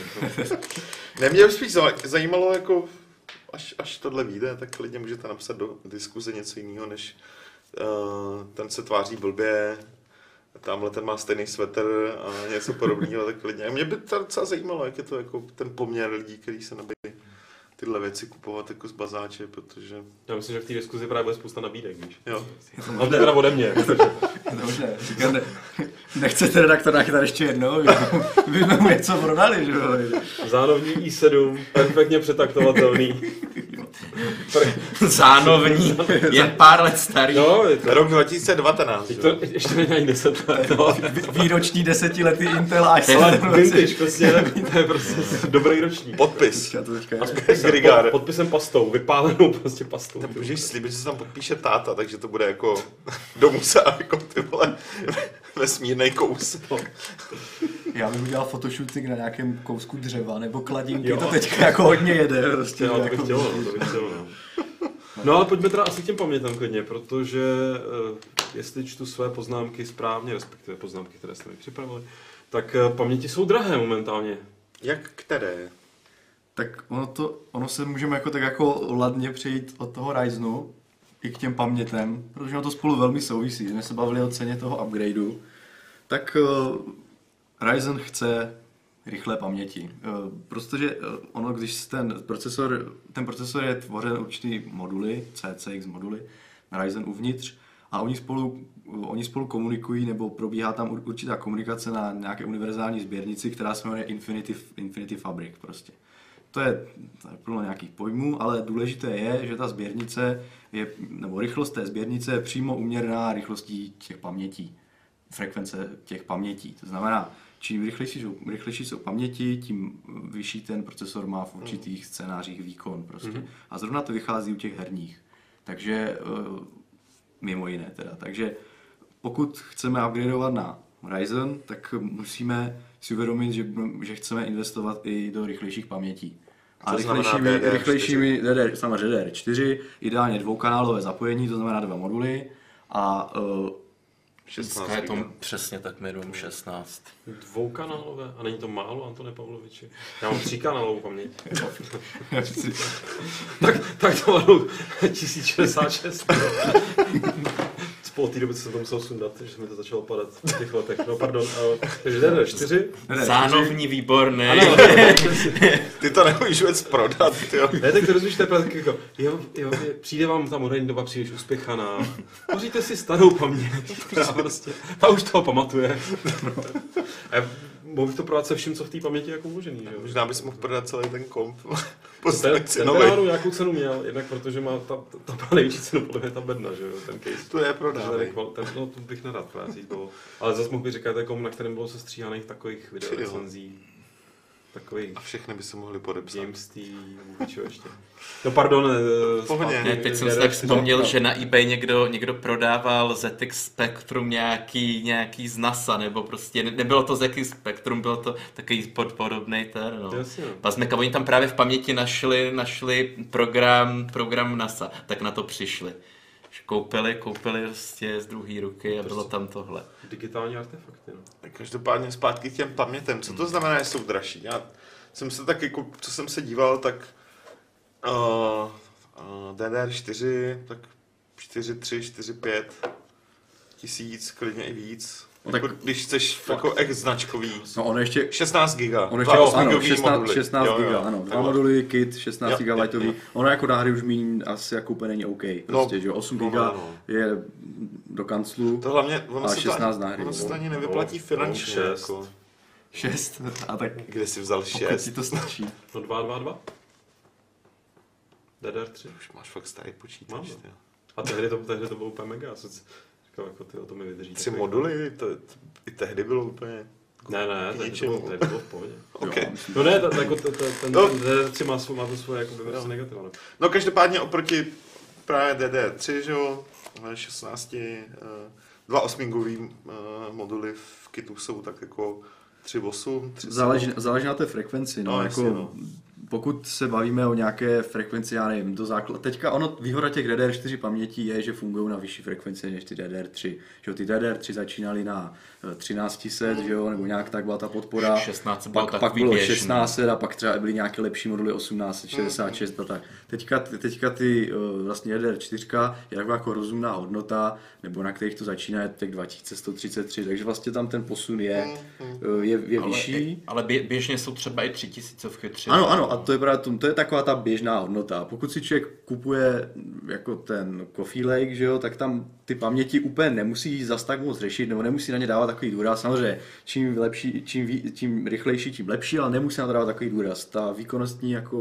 Ne, mě by spíš zajímalo, jako, až, až tohle vyjde, tak klidně můžete napsat do diskuze něco jiného, než uh, ten se tváří blbě, tamhle ten má stejný svetr a něco podobného, tak klidně. A mě by to docela zajímalo, jak je to jako ten poměr lidí, kteří se nebojí tyhle věci kupovat jako z bazáče, protože...
Já myslím, že v té diskuzi právě bude spousta nabídek, víš?
Jo.
A teda ode mě.
Dobře, říkám, ne, nechcete redaktora chytat ještě jednou, by jsme mu něco prodali, že jo?
Zánovní i sedm, perfektně přetaktovatelný.
Zánovní, jen pár let starý.
No, je to,
Rok dva tisíce devatenáct.
teď to ještě není ani deset let. No.
Vý- Výroční desetiletý Intel Ice.
Ale vintage, prostě, to je prostě dobrý ročník.
Podpis.
Já to teďka
Grigár.
Pod, podpisem pastou, vypálenou prostě pastou.
Tam můžeš slíbit, že se tam podpíše táta, takže to bude jako do musea, jako ty vole, vesmírnej kous.
Já bych udělal fotoshooting na nějakém kousku dřeva nebo kladínky,
Jo.
to teďka jako hodně jede. Prostě,
Jo, to
jako,
bych chtěl, no, to bych chtěl, no. No ale pojďme teda asi k těm pamětem klidně, protože uh, jestli čtu své poznámky správně, respektive poznámky, které jste mi připravili, tak uh, paměti jsou drahé momentálně.
Jak které?
Tak ono, to, ono se můžeme jako tak jako ladně přejít od toho Ryzenu i k těm pamětem, protože ono to spolu velmi souvisí. Jsme se bavili o ceně toho upgradeu. Tak uh, Ryzen chce rychlé paměti. Uh, protože uh, ono, když ten procesor, ten procesor je tvořen určitý moduly, C C X moduly, na Ryzen uvnitř, a oni spolu, oni spolu komunikují, nebo probíhá tam určitá komunikace na nějaké univerzální sběrnici, která se jmenuje Infinity, Infinity Fabric prostě. To je, to je plno nějakých pojmů, ale důležité je, že ta sběrnice je, nebo rychlost té sběrnice je přímo uměrná rychlostí těch pamětí, frekvence těch pamětí. To znamená, čím rychlejší jsou, rychlejší jsou paměti, tím vyšší ten procesor má v určitých scénářích výkon prostě. Mm-hmm. A zrovna to vychází u těch herních. Takže mimo jiné teda. Takže pokud chceme upgradeovat na Ryzen, tak musíme si uvědomit, že, že chceme investovat i do rychlejších pamětí. A rychlejšími, rychlejšími D D R, samozřejmě D D R čtyři, ideálně dvoukanálové zapojení, to znamená dva moduly a uh,
šestnáct
Je to
giga.
přesně tak minimum šestnáct.
Dvoukanálové? A není to málo, Antone Pavloviči? Já mám tříkanálovou paměť. tak, tak to mám tisíc šedesát šest. Po té doby, co jsem to musel sundat, že mi to začalo padat v těch letech. No pardon, ale, takže D D R čtyři.
Zánovní, výborný.
Ano,
Ty to nemůžeš vůbec prodat, jo.
ne, tak to rozumíš, to je právě tak jako, jo, jo, přijde vám ta moderní doba příliš uspěchaná, poříte si starou paměť, která prostě, ta už toho pamatuje. A mohl bych to prodat se vším, co v té paměti je jako uložený, že jo?
Možná bys mohl prodat celý ten komp.
Ten, ten cenový. Nějakou cenu měl, jednak protože má ta, ta, ta největší cenu podle mě ta bedna, že jo, ten case.
To je prodávej.
Ten, no, to bych nerad právě bylo. Ale zase mohl bych říkat, jako, na kterém bylo sestříhaných takových videorecenzí. Takových
A všechny by se mohli podepsat.
Games T V, ještě. No pardon,
Pohodě.
Ne, teď jsem si tak vzpomněl, že na eBay někdo, někdo prodával Z X Spectrum nějaký, nějaký z NASA, nebo prostě, ne, nebylo to Z X Spectrum, bylo to takový pod, podobnej ten, no.
Jasně, no.
Pazmeka, oni tam právě v paměti našli, našli program, program NASA, tak na to přišli. Že koupili, koupili prostě z druhé ruky a bylo tam tohle.
Digitální artefakty, no.
Každopádně zpátky k těm pamětem. Co to znamená, že jsou dražší? Já jsem se tak, jako, co jsem se díval, tak uh, uh, D D R čtyři, tak čtyři tři, čtyři pět tisíc, klidně i víc.
No
jako,
tak-
když chceš jako ex značkový.
no ono ještě
šestnáct giga.
Ono ještě,
Dva
ano,
osmigigový
šestnáct,
moduly.
šestnáct
Jo, jo.
giga, ano. Dva
Takhle.
moduly, kit, šestnáct
Jo,
gigabajtový.
jo, jo.
Ono jako na hry už míň asi jako úplně není OK. Prostě,
No,
že jo, osm
no,
giga
no.
je do kanclu,
To hlavně, ono
A
se, to,
šestnáct na hry,
ono se
no.
to ani nevyplatí
No,
finančně.
šest.
Jako.
šest a tak
Kde jsi vzal
pokud
šest?
ti to stačí.
No dva, dva, dva. D D R tři.
Už máš fakt starý počítač.
Mám.
ty.
A tehdy to, tehdy to bylo úplně mega. Já jsem si říkal, jako ty o to mi vydrží.
Tři
takový-
moduly, to, to, i tehdy bylo úplně...
Ne, ne,
k
tehdy to
ničemu.
bylo, tehdy to bylo v pohodě.
OK.
Jo, myslím,
No ne, ta- jako to- to- ten
No.
ten D D R tři má, svou- má to svoje jako věci negativa. No.
No každopádně oproti právě D D R tři, že jo, šestnáct, dva osmigový moduly v kitu jsou tak jako tři osm, tři
záleží, záleží na té frekvenci, no,
No,
jako,
jasně, no.
pokud se bavíme o nějaké frekvenci, já nevím, do základ. Teďka ono, výhoda těch D D R čtyři pamětí je, že fungují na vyšší frekvenci než ty D D R tři. Že jo, ty D D R tři začínaly na třináct set, že jo, nebo nějak tak byla ta podpora.
šestnáct bylo
pak, pak
takový
bylo
běžný.
šestnáct set a pak třeba byly nějaké lepší moduly osmnáct set šedesát šest a tak. Teďka, teďka ty uh, vlastně D D R čtyři je taková jako rozumná hodnota, nebo na kterých to začíná je těch dva tisíce sto třicet tři, takže vlastně tam ten posun je, uh, je, je
Ale,
vyšší.
ale bě, běžně jsou třeba i tři tisícovky tři.
Ano, ano, a to je právě to, to je taková ta běžná hodnota. Pokud si člověk kupuje jako ten Coffee Lake, že jo, tak tam ty paměti úplně nemusí zas tak moc řešit, nebo nemusí na ně dávat takový důraz. Samozřejmě, čím lepší, čím, ví, čím rychlejší, tím lepší, ale nemusí na to dávat takový důraz. Ta výkonnostní jako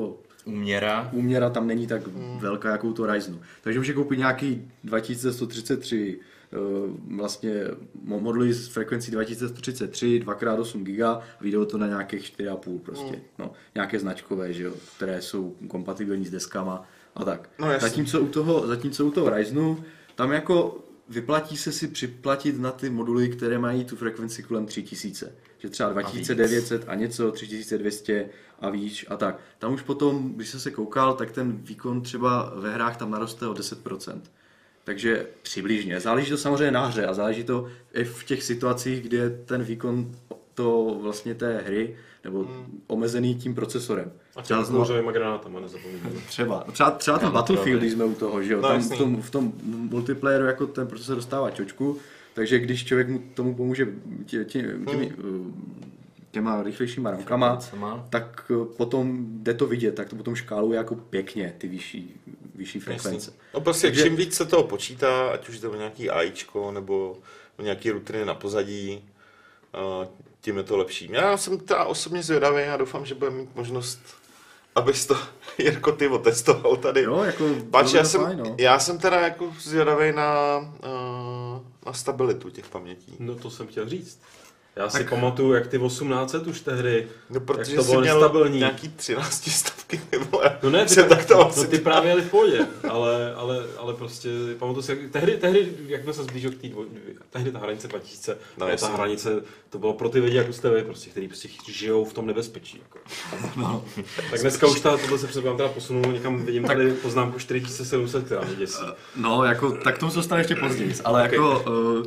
Úměra.
Úměra tam není tak hmm. velká, jako u toho Ryzenu. Takže může koupit nějaký dva tisíce sto třicet tři vlastně moduly s frekvencí dva tisíce sto třicet tři, dva krát osm giga, vyjde to na nějakých čtyři a půl prostě. Hmm. No, nějaké značkové, že jo, které jsou kompatibilní s deskama a tak. No, zatímco, u toho, zatímco u toho Ryzenu, tam jako vyplatí se si připlatit na ty moduly, které mají tu frekvenci kolem tři tisíce. Že třeba dva tisíce devět set a něco, tři tisíce dvě stě a víš a tak. Tam už potom, když jsem se koukal, tak ten výkon třeba ve hrách tam naroste o deset procent. Takže přibližně. Záleží to samozřejmě na hře a záleží to i v těch situacích, kde je ten výkon to vlastně té hry nebo hmm. omezený tím procesorem.
A těma kouřovýma granátama, nezapomínám.
Třeba. Třeba, třeba ten Battlefield, když jsme u toho, že jo? No, tam v tom, v tom multiplayeru jako ten procesor dostává čočku, takže když člověk mu tomu pomůže tě, tě, těmi, hmm. těma rychlejšíma ramkama, tak potom jde to vidět, tak to potom škáluje jako pěkně ty vyšší, vyšší frekvence.
No prostě takže čím víc se toho počítá, ať už to je nějaký AIčko nebo nějaký routery na pozadí, tím je to lepší. Já jsem teda osobně zvědavý a doufám, že budeme mít možnost, abys to, Jirko, ty otestoval tady.
Jo, jako
Pač, já, jsem, fajn, no. já jsem teda jako zvědavý na, na stabilitu těch pamětí.
No to jsem chtěl říct. Já si tak pamatuju, jak ty osmnáct set už tehdy,
no, protože
jak to bylo nestabilní.
Nějaký třináct stovky nebo
no ne, ty, tak to no, ty právě jeli v pohodě, ale, ale, ale prostě pamatuju si, jak, tehdy, tehdy, jak jsme se zblížil k té dvoj, tehdy ta hranice dva tisíce, no, ta hranice, to bylo pro ty lidi jako jste vy, prostě, kteří prostě žijou v tom nebezpečí. Jako. No. Tak dneska už ta, tohle se předbám teda posunul, někam vidím tady poznámku čtyři tisíce sedm set, která mě děsí.
No, jako, tak tomu se dostane ještě později, ale okay. jako... Uh,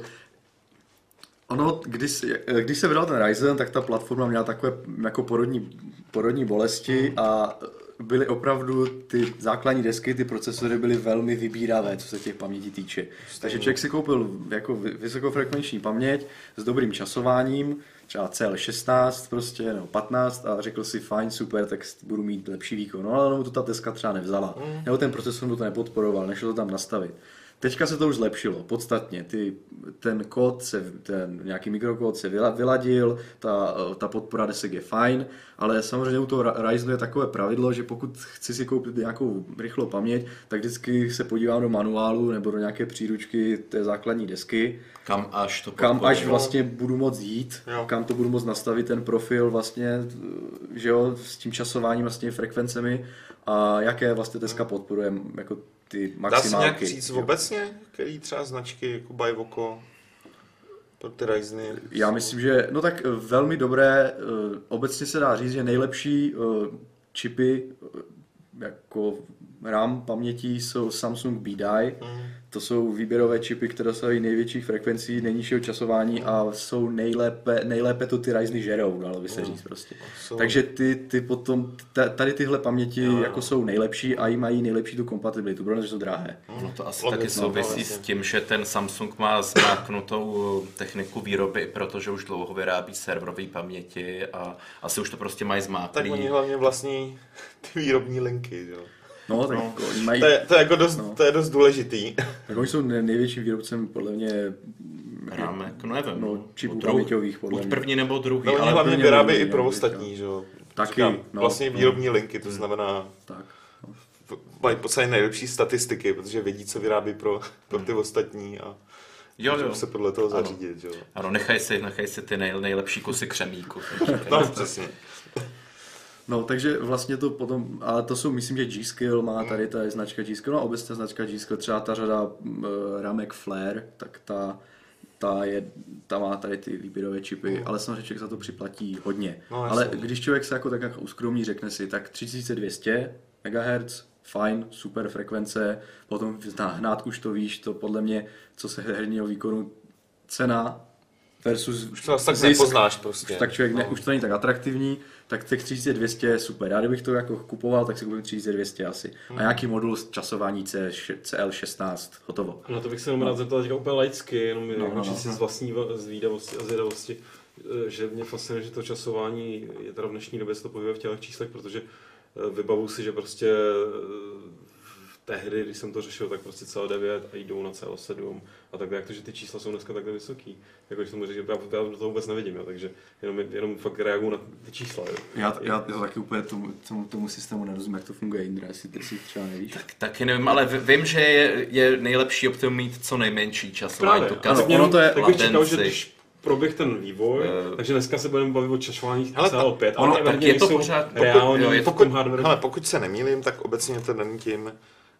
Ono, když, když se vydal ten Ryzen, tak ta platforma měla takové jako porodní, porodní bolesti a byly opravdu ty základní desky, ty procesory byly velmi vybíravé, co se těch pamětí týče. Takže člověk si koupil jako vysokofrekvenční paměť s dobrým časováním, třeba C L šestnáct prostě, nebo patnáct a řekl si fajn, super, tak budu mít lepší výkon. No ale to ta deska třeba nevzala, nebo ten procesor mu to nepodporoval, nešlo to tam nastavit. Teďka se to už zlepšilo, podstatně. Ty, ten kód, se, ten nějaký mikrokód se vyladil, ta, ta podpora desek je fajn, ale samozřejmě u toho Ryzenu je takové pravidlo, že pokud chci si koupit nějakou rychlou paměť, tak vždycky se podívám do manuálu nebo do nějaké příručky té základní desky.
Kam až to
Kam až vlastně budu moct jít, jo. Kam to budu moct nastavit ten profil vlastně, že jo, s tím časováním, vlastně frekvencemi a jaké vlastně deska podporuje jako ty maximálky.
Dá se nějak říct obecně, který třeba značky jako Bajvoko pro ty Ryzeny?
Já myslím, že no tak velmi dobré, obecně se dá říct, že nejlepší čipy jako RAM paměti jsou Samsung B-Die. Mm. To jsou výběrové čipy, které dosahují největších frekvencí, nejnižšího časování a jsou nejlépe, nejlépe to ty Ryzeny žerou, dalo by se mm. říct prostě. So. Takže ty, ty potom, tady tyhle paměti jo, jo. jako jsou nejlepší a i mají nejlepší tu kompatibilitu, protože jsou drahé.
No to asi taky souvisí s tím, že ten Samsung má zmáknutou techniku výroby, protože už dlouho vyrábí serverové paměti a asi už to prostě mají zmáklý.
Tak oni hlavně vlastní ty výrobní linky, jo.
No, tak
no.
Mají,
to, je, to, je jako dost, no. to je dost důležitý.
Tak oni jsou největším výrobcem podle mě
rámek, no nevím.
No, čipů paměťových podle
mě. Buď první nebo druhý.
No, oni
ale
hlavně vyrábí i pro ostatní, že jo.
Taky.
Říkám,
no,
vlastně
no.
výrobní linky, to znamená...
Tak. No.
Mají v podstatě nejlepší statistiky, protože vědí, co vyrábí pro, pro ty ostatní a
jo, jo.
se podle toho zařídit, že jo.
Ano, nechaj si, nechaj si ty nej, nejlepší kusy křemíku.
No, přesně.
No, takže vlastně to potom, ale to jsou, myslím, že G-Skill má tady, ta je značka G-Skill, no obecně značka G-Skill, třeba ta řada uh, ramek Flare, tak ta, ta, je, ta má tady ty výběrové čipy, mm. ale samozřejmě člověk za to připlatí hodně. No, ale když člověk se jako tak jako uskromní, řekne si, tak tři tisíce dvě stě megahertzů, fajn, super frekvence, potom hnát už to víš, to podle mě, co se herního výkonu, cena versus
už to tak nepoznáš prostě.
Už, tak člověk, no. ne, už to není tak atraktivní, tak těch tři tisíce dvě stě je super. Já kdybych to jako kupoval, tak si koupím tři tisíce dvě stě asi. Hmm. A nějaký modul časování C L šestnáct, hotovo.
No to bych se jenom rád zeptal teďka úplně laicky, jenom
no,
jako,
no,
že
no,
si
no.
z vlastní zvídavosti a zvědavosti, že mě fascinuje, že to časování je teda v dnešní době se to pohybuje v těch číslech, protože vybavu si, že prostě tehdy, když jsem to řešil, tak prostě C L devět a jdou na C L sedm a tak jak to, že ty čísla jsou dneska takhle vysoký. Jako, když jsem říkal, já, já to vůbec nevidím, jo, takže jenom, jenom fakt reaguju na ty čísla. Jo.
Já, já, já taky úplně tomu, tomu, tomu systému nerozumím, jak to funguje, Indra, jestli ty si třeba nevíš.
Tak, taky nevím, ale vím, že je, je nejlepší optimum mít co nejmenší časování.
Právě,
tu
ano,
kapacitu,
ono to je, tak bych
latenci.
čekal, že když proběh ten vývoj,
Uh,
takže dneska se budeme bavit o časování
hele,
C L pět,
ono-
ale
tak
ty
je to
nejsou
pořád- pokud-
reální
jo, je to
v
Pokud,
tom hardwareu.
hele, pokud se nemýlím, tak obecně je to daný tím, uh,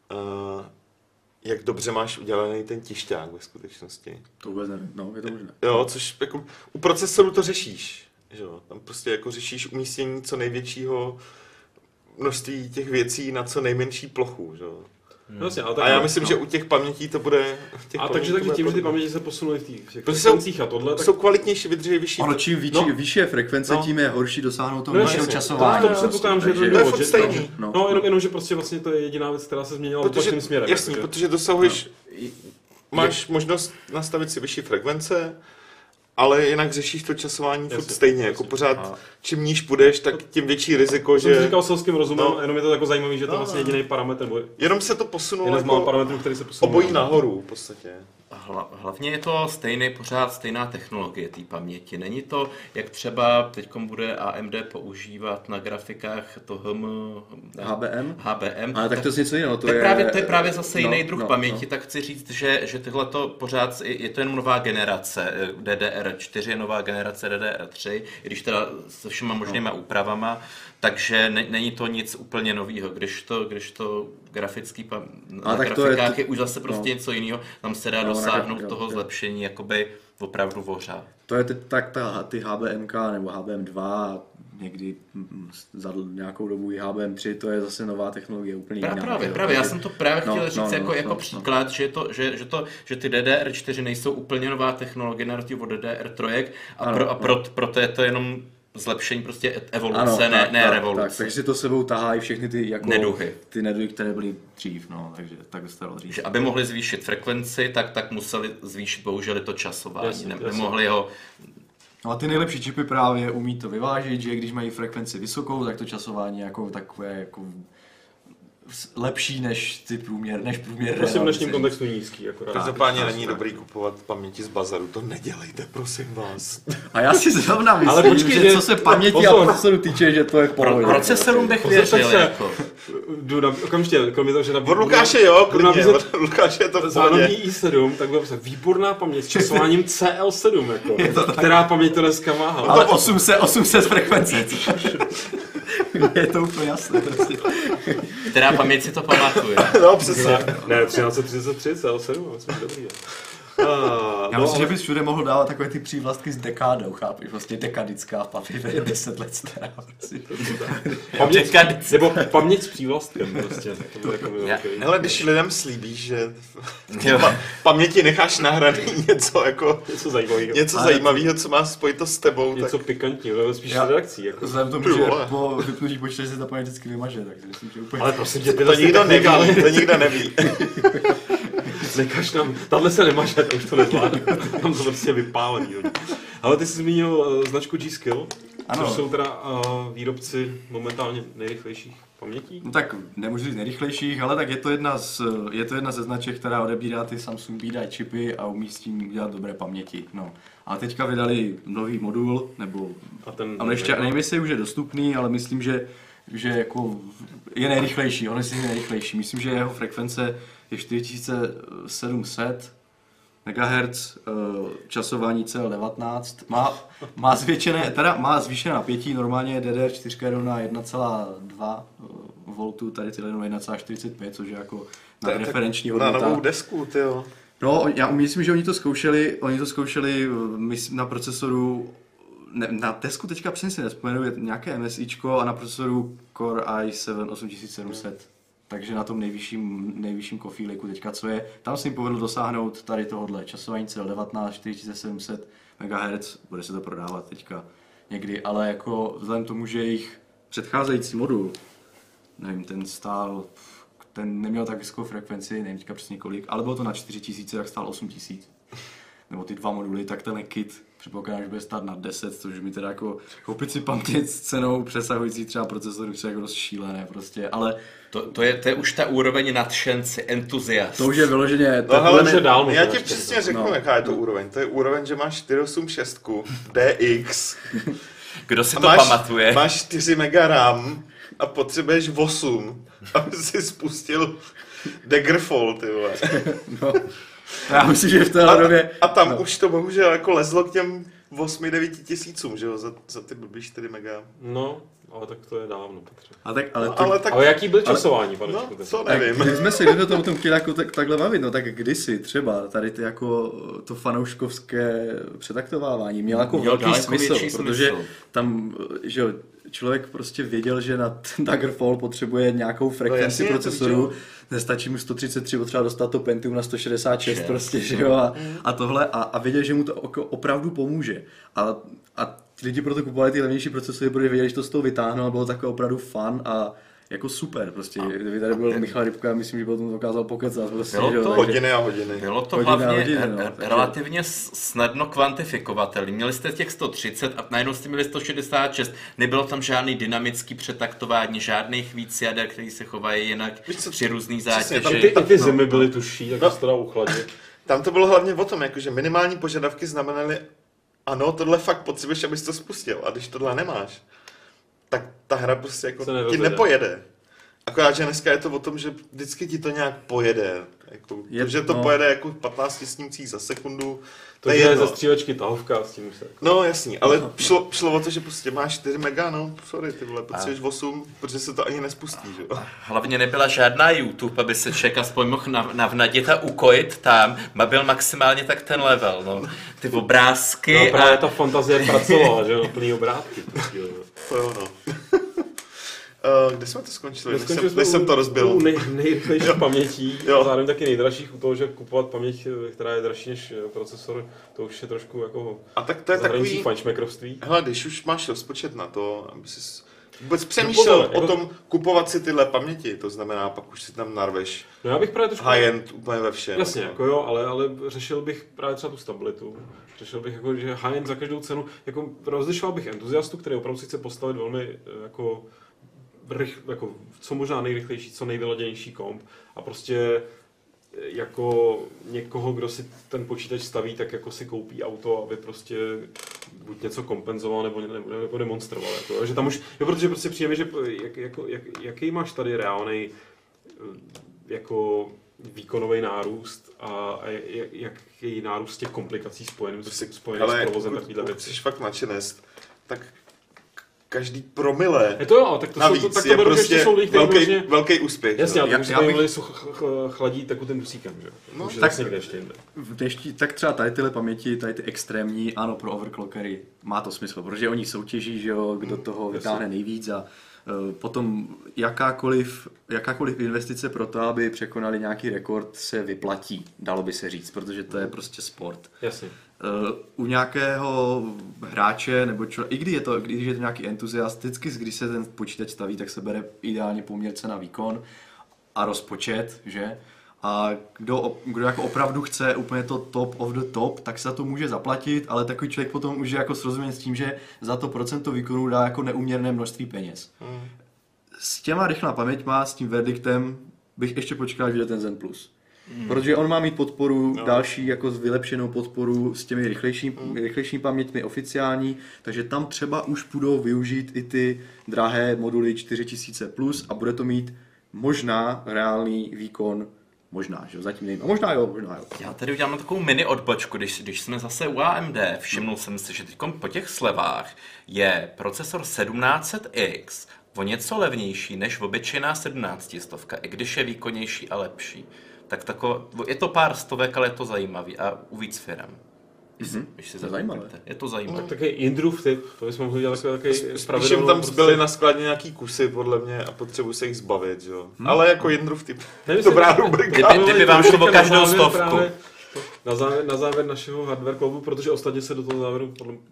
jak dobře máš udělaný ten tišťák ve skutečnosti.
To vůbec nevím, no, je to možné.
Jo, což jako u procesoru to řešíš, že jo, tam prostě jako řešíš umístění co největšího množství těch věcí na co nejmenší plochu, že jo.
No, vlastně, ale tak,
A já
no,
myslím,
no.
že u těch pamětí to bude... Těch
A
pamětí
takže,
to
takže
bude
tím, že ty
podobné.
paměti se posunuly v těch, v těch
Protože
frekvencích a tohle, tak
Jsou kvalitnější, vydrží vyšší...
Ono čím vyšší,
No.
vyšší je frekvence,
No.
tím je horší dosáhnout toho
No,
vyššího
jasně.
časování.
To- to předpokládám, že to
takže-
bylo,
To je furt
že-
stejný.
No.
no, jenom, jenom, že prostě vlastně to je jediná věc, která se změnila
Protože,
opačným směrem.
jasný,
jakože-
protože dosahuješ... Máš možnost nastavit si vyšší frekvence, ale jinak řešíš to časování furt
Jasně,
stejně,
jasně.
jako pořád,
A-
čím níž půjdeš, tak tím větší riziko,
To jsem si
že...
říkal selským rozumem,
No.
jenom je to jako zajímavý, že to je
No,
vlastně
no.
jediný parametr, nebo
Jenom se to posunulo
jeden z mála
jako
parametrů, který se posunul.
obojí nahoru v podstatě.
Hla, hlavně je to stejný, pořád stejná technologie té paměti. Není to, jak třeba teď bude A M D používat na grafikách to H M, ne,
H B M?
H B M.
Ale tak to je něco jiného.
To je, právě, to je právě zase jiný
no,
druh
no,
paměti,
no.
tak chci říct, že, že tyhle to pořád, je to jenom nová generace, D D R čtyři je nová generace D D R tři, i když teda se všema možnýma no. úpravama, takže ne, není to nic úplně novýho, když to, když to grafický pam, na
tak to je
grafikách
to-
je, už zase prostě
no.
něco jiného, tam se dá
No, na
dosáhnout
grafikách,
toho
jo.
zlepšení jakoby opravdu vořád.
To je teď tak ta, ty H B M K nebo H B M dva, někdy mm, za nějakou dobu i H B M tři, to je zase nová technologie, úplně
Pra,
jiná.
právě,
jo.
právě, já
Takže-
jsem to právě
No,
chtěl říct
no, no,
jako,
no,
jako
no,
příklad, že, to, že, že, to, že ty D D R čtyři nejsou úplně nová technologie na rozdíl od D D R tři a,
Ano,
pro, a
no.
pro, proto je to jenom zlepšení, prostě evoluce,
Ano,
ne,
tak,
ne
tak,
revoluce.
Tak, takže si to sebou tahají všechny ty jako
Neduhy.
ty neduhy, které byly dřív, no, takže tak by se dalo říct.
Že aby mohli zvýšit frekvenci, tak, tak museli zvýšit bohužel to časování.
Jasně,
Ne,
jasně.
nemohli ho...
No a ty nejlepší čipy právě umí to vyvážit, že když mají frekvenci vysokou, tak to časování jako takové jako lepší než ty průměr, než průměr.
Prostě v dnešním kontextu nízký, akorát.
Každopádně
tak,
není
tak.
dobrý kupovat paměti z bazaru, to nedělejte, prosím vás.
A já si zrovna myslím,
Ale počkej,
že
že-
co se paměti
pozor.
a procesoru týče, že to je v
Pro,
pohodě.
procesorům bych
Pozor,
věřil,
se-
jako.
Jdu na, okamžitě, kromě toho, že na
Od Lukáše jo,
budu
klidně,
nabízet
od Lukáše je to v
zánový
pohodě.
i sedm, tak bude prostě výborná paměť s časováním C L sedm, jako, která paměť to dneska má.
Ale osm set, osm set frekvence. Je to úplně jasné. Prostě.
Která paměť si to pamatuje.
No, přesně.
Ne, ne třináct set třicet tři C L sedm, myslím, že dobrý je. Uh,
Já myslím, že bys všude mohl dávat takové ty přívlastky s dekádou, chápeš? Vlastně dekadická paměť, deset let stará. Prostě.
paměť,
Dekadice.
nebo paměť s přívlastkem, prostě. To bude jako
Já-
okay.
Hele, když lidem slíbíš, že
Jo.
pa- paměti necháš nahraný něco jako
Něco zajímavého.
něco
Ale-
zajímavého, co má spojitost s tebou,
Něco
tak
pikantního, ale spíš
Já-
redakcí. Jako.
Vzhledem k tomu,
Ty
že
vole.
po vypnutí počítače se ta paměť vždycky vymaže, takže myslím, že úplně...
Ale prosím tě, ty
to
zase
nikdo
technika,
neví,
ale
to nikdo neví.
nekaž nám, tahle se nemaže, to už to nezvládne. Tam to prostě vypálení. hodně. Ale ty jsi zmínil uh, značku G-Skill,
Ano.
což jsou teda uh, výrobci momentálně nejrychlejších pamětí.
No tak nemůžu říct nejrychlejších, ale tak je to jedna z, je to jedna ze značek, která odebírá ty Samsung B D I čipy a umí s tím dělat dobré paměti. No. A teďka vydali nový modul, nebo
A ten,
ale ještě nevím, jestli už je dostupný, ale myslím, že, že jako je nejrychlejší, on je si nejrychlejší. Myslím, že jeho frekvence je čtyři tisíce sedm set megahertzů, časování C L devatenáct, má, má, zvětšené, teda má zvýšené napětí, normálně je D D R čtyři rovná jedna celá dva voltů, tady ty jenom jedna celá čtyřicet pět, což je jako
To je
na
tak
referenční
Na
hodnota.
novou desku, tyjo.
No, já myslím, že oni to zkoušeli, oni to zkoušeli myslím, na procesoru, ne, na desku teďka přesně si nespomenu, je nějaké MSIčko a na procesoru Core i sedm osm tisíc sedm set. Takže na tom nejvyšším, nejvyšším kofíliku teďka, co je, tam se jim povedlo dosáhnout tady tohohle časování C L devatenáct čtyři tisíce sedm set megahertzů, bude se to prodávat teďka někdy, ale jako vzhledem k tomu, že jejich předcházející modul, nevím, ten stál, ten neměl tak vysokou frekvenci, nevím teďka přesně kolik, ale bylo to na čtyři tisíce, tak stál osm tisíc. Nebo ty dva moduly, tak ten kit předpokládám, že bude stát na deset, což mi teda jako koupit si paměť s cenou přesahující třeba procesoru, což je jako dost šílené prostě, ale
To, to, je, to je už ta úroveň nadšenci, entuziast.
to už je vyloženě...
No hele,
už je dál,
já
možná
ti
ještě,
přesně
no.
řeknu,
No.
jaká je to úroveň. To je úroveň, že máš čtyři osm šest D X
Kdo si
a
to
máš,
pamatuje?
máš čtyři mega RAM a potřebuješ osm, aby si spustil Daggerfall, ty vole.
No, já myslím, že v téhle době...
A, a tam
no.
už to bohužel jako lezlo k těm osm devět tisícům, že jo, za, za ty blbý čtyři mega.
No, ale tak to je dávno, Petře.
A tak, ale,
No,
to,
ale tak,
Ale jaký byl časování, pane
no,
Čeku,
co
tak,
nevím.
když jsme se kdyby to o tom chtěli jako tak, takhle bavit, no tak kdysi třeba tady ty jako to fanouškovské přetaktovávání mělo jako
Mělo
velký
daleko
smysl,
větší
protože
smysl.
tam, že jo, člověk prostě věděl, že na ten Daggerfall potřebuje nějakou frekvenci
jasně,
procesoru,
to
nestačí mu sto třicet tři, potřeba dostat to Pentium na sto šedesát šest
Šest,
prostě, že jo, a, a tohle a, a věděl, že mu to jako opravdu pomůže. A, a ti lidi proto kupovali ty levnější procesory, protože věděli, že to z toho vytáhnou a bylo takové opravdu fun a jako super, prostě, kdyby tady byl Michal Rybka, myslím, že by o tom dokázal pokecat, prostě,
Bylo
že jo,
to
takže-
Hodiny a hodiny.
Bylo to
Hodina a
hlavně
hodiny,
r-
no,
r-
takže-
relativně s- snadno kvantifikovatelný. Měli jste těch sto třicet a najednou jste měli sto šedesát šest. Nebylo tam žádný dynamický přetaktování, žádných víc jader, který se chovají jinak
Víš co,
při různých
přesně, tam
I
zátěži.
ty, i ty
No.
zimy byly tuší, tak
No.
se to dá uchladit.
Tam to bylo hlavně o tom, jako, že minimální požadavky znamenaly, ano, tohle fakt potřebuješ, abys to spustil. A když tohle nemáš, tak ta hra prostě jako
Se
ti
nerozjede.
nepojede. Akorát, že dneska je to o tom, že vždycky ti to nějak pojede. Jako,
Je-
to, že to
no.
pojede jako v patnácti snímcích za sekundu,
To,
to je
že je
jedno.
ze střílečky tahovka, s tím se...
No jasný, ale šlo, šlo o to, že prostě máš čtyři mega, no sorry, ty vole, potřebuješ osm, protože se to ani nespustí, že jo.
Hlavně nebyla žádná YouTube, aby se člověk aspoň mohl nav- navnadit a ukojit tam. Ma byl maximálně tak ten level, no. Ty obrázky
No právě
a...
ta fantazie pracovala, že jo, plný obrátky. Prostě, jo.
To jo, no. Uh, kde jsme to skončili, než
Skončili
jsem,
jsme
než jsem
u-
to rozbil?
u nej, nejrychlejších pamětí,
Jo.
a zároveň taky nejdražších u toho, že kupovat paměť, která je dražší než procesor, to už je trošku jako
A tak to je
zahraniční
takový,
fajnšmekrovství.
hele, když už máš rozpočet na to, aby jsi vůbec přemýšlel
pozor,
o
jako-
tom kupovat si tyhle paměti, to znamená, pak už si tam narveš
No já bych právě trošku...
high-end úplně ve všem.
Jasně,
jako.
jako jo, ale, ale řešil bych právě třeba tu stabilitu. Řešil bych, jako, že high-end za každou cenu, jako rozlišoval bych entuziastu, který opravdu si chce postavit velmi eh, jako, rych, jako co možná nejrychlejší, co nejvyladěnější komp a prostě eh, jako někoho, kdo si ten počítač staví, tak jako si koupí auto, aby prostě buď něco kompenzoval nebo, nebo, nebo demonstroval. Jako, že tam už, jo, protože prostě přijeme, že jak, jako, jak, jaký máš tady reálnej jako výkonový nárůst a, a jak, jaký nárůst těch komplikací spojený,
Prostě,
spojený
ale
s provozem
pokud-
takovýhle
pokud
věci.
jsi fakt nadšenec, tak každý promile
Je to jo, tak to,
navíc
jsou, to, tak to
je
beru, že
prostě
ještě jsou lidi, kteří
velký,
vlastně...
velký úspěch.
Jasně,
že?
ale
Já-
to už
já
jsme
bych-
mluvili, chladí takutým dusíkem, že jo?
No,
No, už je
tak-
zase někde ještě jinde.
Ještě, tak třeba tady tyhle paměti, tady ty extrémní, ano, pro overclockery má to smysl, protože oni soutěží, že jo, kdo toho vytáhne nejvíc a uh, potom jakákoliv, jakákoliv investice pro to, aby překonali nějaký rekord, se vyplatí, dalo by se říct, protože to je prostě sport.
Jasně.
Uh, u nějakého hráče, nebo čo, i když je to, když je to nějaký entuziast, vždycky, když se ten počítač staví, tak se bere ideálně poměr cena výkon a rozpočet, že? A kdo, kdo jako opravdu chce úplně to top of the top, tak se za to může zaplatit, ale takový člověk potom už je jako srozuměn s tím, že za to procento výkonu dá jako neuměrné množství peněz.
Hmm.
S těma rychlá paměťma, s tím verdiktem bych ještě počkal, že je ten Zen Plus. Hmm. Protože on má mít podporu,
No.
další jako vylepšenou podporu s těmi rychlejší, hmm. rychlejší paměťmi oficiální, takže tam třeba už budou využít i ty drahé moduly čtyři tisíce plus a bude to mít možná reálný výkon, možná, že jo, zatím nevím, a možná jo, možná jo.
Já tady udělám takovou mini odbočku, když, když jsme zase u A M D, všimnul jsem si, že teď po těch slevách je procesor sedmnáct set X o něco levnější než obyčejná sedmnáctistovka, i když je výkonnější a lepší. Tak tako, je to pár stovek, ale je to zajímavý a u víc firem.
Mhm.
Když si
To je zajímavé.
zakoupíte. Je to zajímavé.
Tak takový Indrův typ, to bychom mohli dělat takový
Spíš
pravidlo.
jim tam
prostě-
zbyly na skladě nějaký kusy, podle mě, a potřebuji se jich zbavit, že jo. Hmm. Ale jako Jindrův typ.
Nevím,
Dobrá
jestli-
rubrika.
Kdyby- kdyby vám šlo o
Na
každou
závěr
stovku.
právě- Na závěr, na závěr našeho hardware klubu, protože ostatně se do toho závěru podle,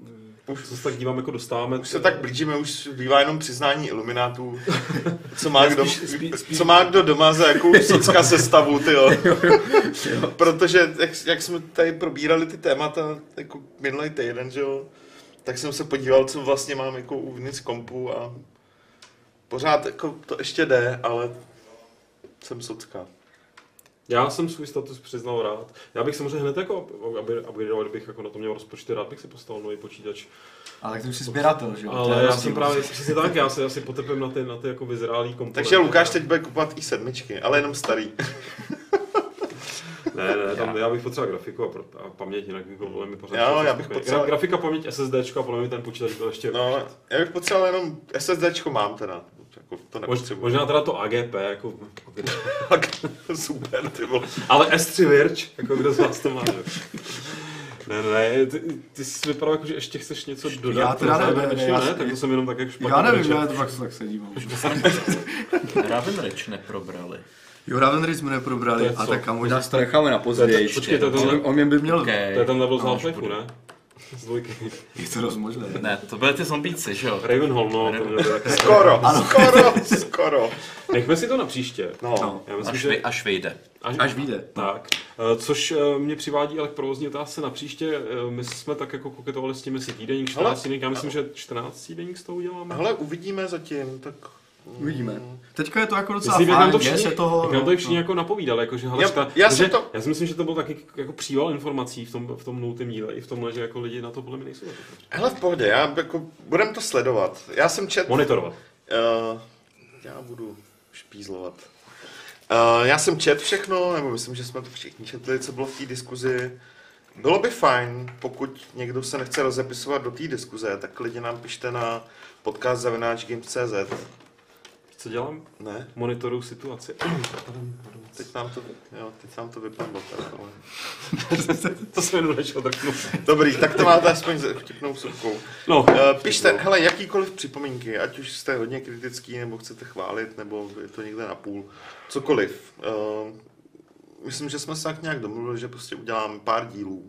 Už,
co se tak dívám, jako dostáváme.
už se tak blížíme, už bývá jenom přiznání iluminátů. Co má,
Já
kdo,
spíš- spíš- spíš-
co má kdo doma za jakou socka sestavu, tyjo. Protože jak, jak jsme tady probírali ty témata jako minulý týden, že jo, tak jsem se podíval, co vlastně mám jako uvnitř kompu a pořád jako to ještě jde, ale jsem socka.
Já jsem svůj status přiznal rád. Já bych samozřejmě hned jako, aby upgradeoval, kdybych jako na to měl rozpočty, rád bych si postavil nový počítač.
Ale tak ty už jsi sběratel, že jo? To je
Ale já
rozdíl.
jsem právě přesně tak, já se asi potepím na ty, na ty jako vyzrálý komponenty.
Takže Lukáš teď bude kupovat i sedmičky, ale jenom starý.
Ne, ne, tam já bych potřeboval grafiku a, pro, a paměť, jinak bych byl velmi pořád.
Jo, já bych potřeboval-
Grafika, paměť, SSDčko a podle mě ten počítač byl ještě...
No, já bych potřeboval jenom SSDčko mám teda. Jako to
Mož,
nepotřebuji.
možná teda to A G P, jako...
Super, ty vole.
Ale S tři Virch, jako kdo z vás to má, ne? Ne, ne, ty, ty jsi vypadal jako, že ještě chceš něco dodat.
Já teda
na
nevím,
závěr
ne,
dnešního,
já
ne,
si-
tak to jsem jenom tak jako špatně
Já nevím,
řečel.
já to fakt tak se dívám.
Raven Rich neprobrali.
Jo, Ravenry jsme neprobrali,
To je
a
co?
tak a možná si to necháme na později.
Počkej, to je ten,
On, on mě by měl...
Okay.
to je ten level z
No, už
Half-Lifeu,
budu.
ne? Z dvojky.
Je to dost možné.
Ne, to byly ty zombíci, že jo?
Ravenholm, no, to měl tak.
Skoro, skoro, skoro.
Nechme si to na příště.
No.
No.
Já myslím,
Až,
že...
vy, až vyjde.
Až,
Až vyjde.
Tak, Eh, což eh, mě přivádí ale k provozní otázce na příště. Eh, My jsme tak jako koketovali s tím, jestli týdeník, čtrnáct týdeník, já myslím, že čtrnáct týdeník z toho uděláme.
Hele, uvidíme zatím, tak...
Uvidíme. Teďka je to jako docela
Myslím, jak nám
fajn,
to
děje
všichni,
se toho...
jak nám to všichni jako napovídali, jako, že hele,
Já-
šta,
já
protože
jsem to-
já si myslím, že to byl taky jako příval informací v tom, v tom nultém díle, i v tomhle, že jako lidi na to podle mě nejsou.
Hele, v pohodě, já jako, budem to sledovat. Já jsem čet...
Monitorovat.
Uh, já budu špízlovat. Uh, já jsem čet všechno, nebo myslím, že jsme to všichni četli, co bylo v té diskuzi. Bylo by fajn, pokud někdo se nechce rozepisovat do té diskuze, tak lidi nám pište na podcast zavináč games tečka cé zet.
Co dělám?
Ne,
Monitoruju situaci.
teď nám to, jo, teď nám to vypadlo. Tak, ale...
To jsem jenom nešel drknout.
Dobrý, tak to máte aspoň s vtipnou vsuvkou.
No,
Uh, pište, hele, jakýkoliv připomínky, ať už jste hodně kritický, nebo chcete chválit, nebo je to někde na půl, cokoliv. Uh, myslím, že jsme se tak nějak domluvili, že prostě uděláme pár dílů.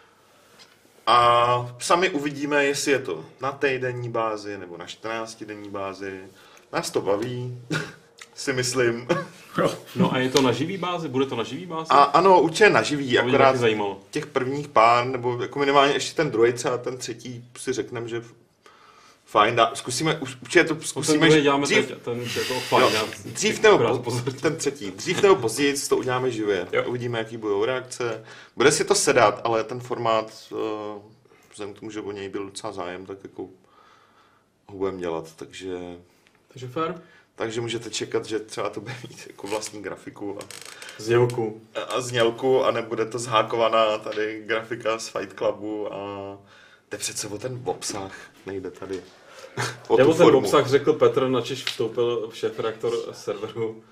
A sami uvidíme, jestli je to na týdenní bázi, nebo na čtrnáctidenní bázi. Nás to baví, si myslím.
no a je to na živý bázi? Bude to na živý bázi?
A ano, určitě naživí,
To mě
akorát
taky zajímalo.
těch prvních pár, nebo jako minimálně ještě ten druhý, třeba ten třetí, si řekneme, že fajn, dá, zkusíme, už- určitě to
Ten
zkusíme,
druhý děláme
dřív,
teď, ten už je to fajn.
jo,
já-
dřív nebo
akorát
po,
pozor.
ten třetí, dřív nebo později to uděláme živě,
Jo.
uvidíme, jaký budou reakce, bude si to sedat, ale ten formát, uh, vzhledem k tomu, že o něj byl docela zájem, tak jako ho budeme dělat, takže,
Takže fair.
takže můžete čekat, že třeba to bude mít jako vlastní grafiku a
Znělku.
a znělku a nebude to zhákovaná tady grafika z Fight Clubu a jde přece o ten obsah, nejde tady o
Já
tu
o ten
formu.
obsah řekl Petr, načež vstoupil šéf-redaktor serveru.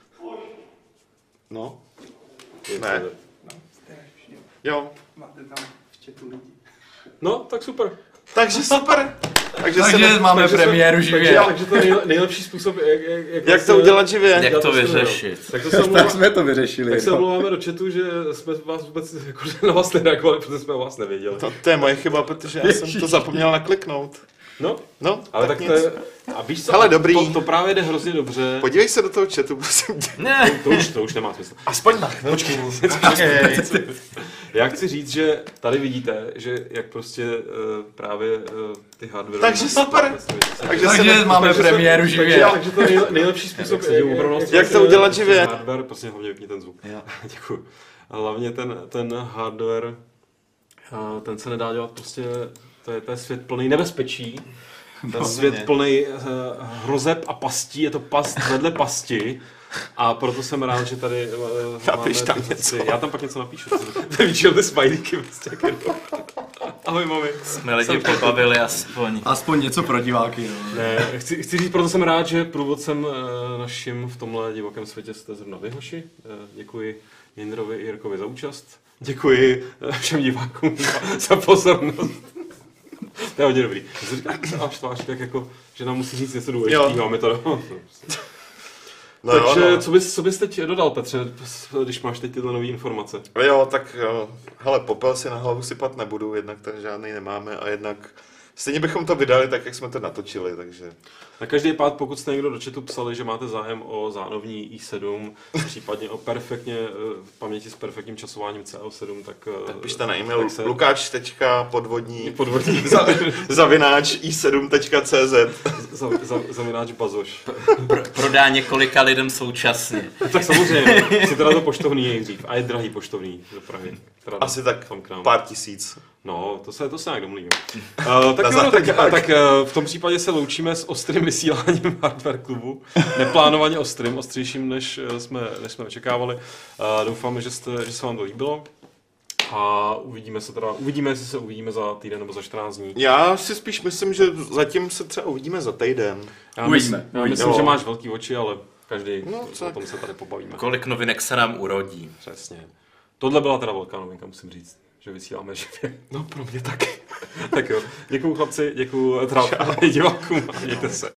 No,
Je
Ne.
to-
jo,
Máte tam v chatu lidi.
No, tak super.
takže super. Takže,
Takže
se,
máme
takže se-
premiéru
Takže,
živě.
takže to je nejle- nejlepší způsob, jak, jak, jak,
jak to udělat živě?
Jak
Já
to
to
vyřešit?
Tak to se
Tak
omlouvám,
jsme to vyřešili.
tak se
no.
omlouváme do chatu, že jsme vás vůbec jako, že na vás nereagovali, protože jsme o vás nevěděli.
To, to je moje chyba, protože já jsem to zapomněl nakliknout.
No,
No,
ale tak,
tak
to
nic.
je... A víš co,
Hele, dobrý.
To, to právě jde hrozně dobře.
Podívej se do toho chatu, prosím tě.
Ne.
To už, to už nemá smysl.
Aspoň na chvilku.
Okay. Já chci říct, že tady vidíte, že jak prostě uh, právě uh, ty hardware...
Takže super. Takže, se
Takže
ne...
máme
takže se-
premiéru
Takže,
živě.
takže to je nejle, nejlepší způsob, jak, jak,
Jak to udělat živě?
Hardware, prostě hlavně vypni ten zvuk.
Jo.
Děkuju. A hlavně ten, ten hardware, a ten se nedá dělat prostě, to je, to je svět plný nebezpečí. Ten svět plný uh, hrozeb a pastí, je to past vedle pasti. A proto jsem rád, že tady uh,
Napiš tam
tyhle
něco.
ty- Já tam pak něco napíšu. To je ty smajlíky prostě. jak jedou. Ahoj, mami.
Jsme lidi pobavili aspoň.
Aspoň něco pro diváky. No.
Ne, chci, chci říct, proto jsem rád, že průvodcem uh, naším v tomhle divokém světě jste zrovna vy, hoši. Uh, děkuji Jindrovi i Jirkovi za účast. Děkuji uh, všem divákům za, za pozornost. To je hodně dobrý. Až tvář tak jako, že nám musí říct něco důležitého a my to...
No,
Takže
jo, no.
co bys, co bys teď dodal, Petře, když máš teď tyhle nové informace?
Jo, tak jo, hele, popel si na hlavu sypat nebudu, jednak ten žádný nemáme a jednak Stejně bychom to vydali tak, jak jsme to natočili, takže...
Na každý pád, pokud jste někdo do chatu psali, že máte zájem o zánovní i sedm, případně o perfektně, v paměti s perfektním časováním C L sedm, tak...
Tak pište na e-mail
se...
lukáč.podvodní
podvodní
za, zavináč i sedm tečka cé zet
za, za, zavináč bazoš.
Pro, prodá několika lidem současně.
Tak samozřejmě, si teda to poštovný nejdřív. A je drahý poštovný do Prahy. Teda
Asi tak pár tisíc.
No, to se, to se nějak domluvíme. Uh, tak jo, no, tak, tak uh, v tom případě se loučíme s ostrým vysíláním Hardware klubu. Neplánovaně ostrým, ostřejším, než jsme, než jsme očekávali. Uh, doufáme, že, jste, že se vám to líbilo. A uvidíme se teda, uvidíme, jestli se uvidíme za týden nebo za čtrnáct dní.
Já si spíš myslím, že zatím se třeba uvidíme za týden.
Já
Uvidíme.
Myslím, já myslím,
Jo.
že máš velký oči, ale každý,
No,
o
tak.
tom se tady pobavíme.
Kolik novinek se nám urodí.
Přesně. Tohle byla teda velká novinka, musím říct, že vysíláme živě.
No pro mě taky.
Tak jo, děkuju chlapci, děkuju teda divákům a mějte se.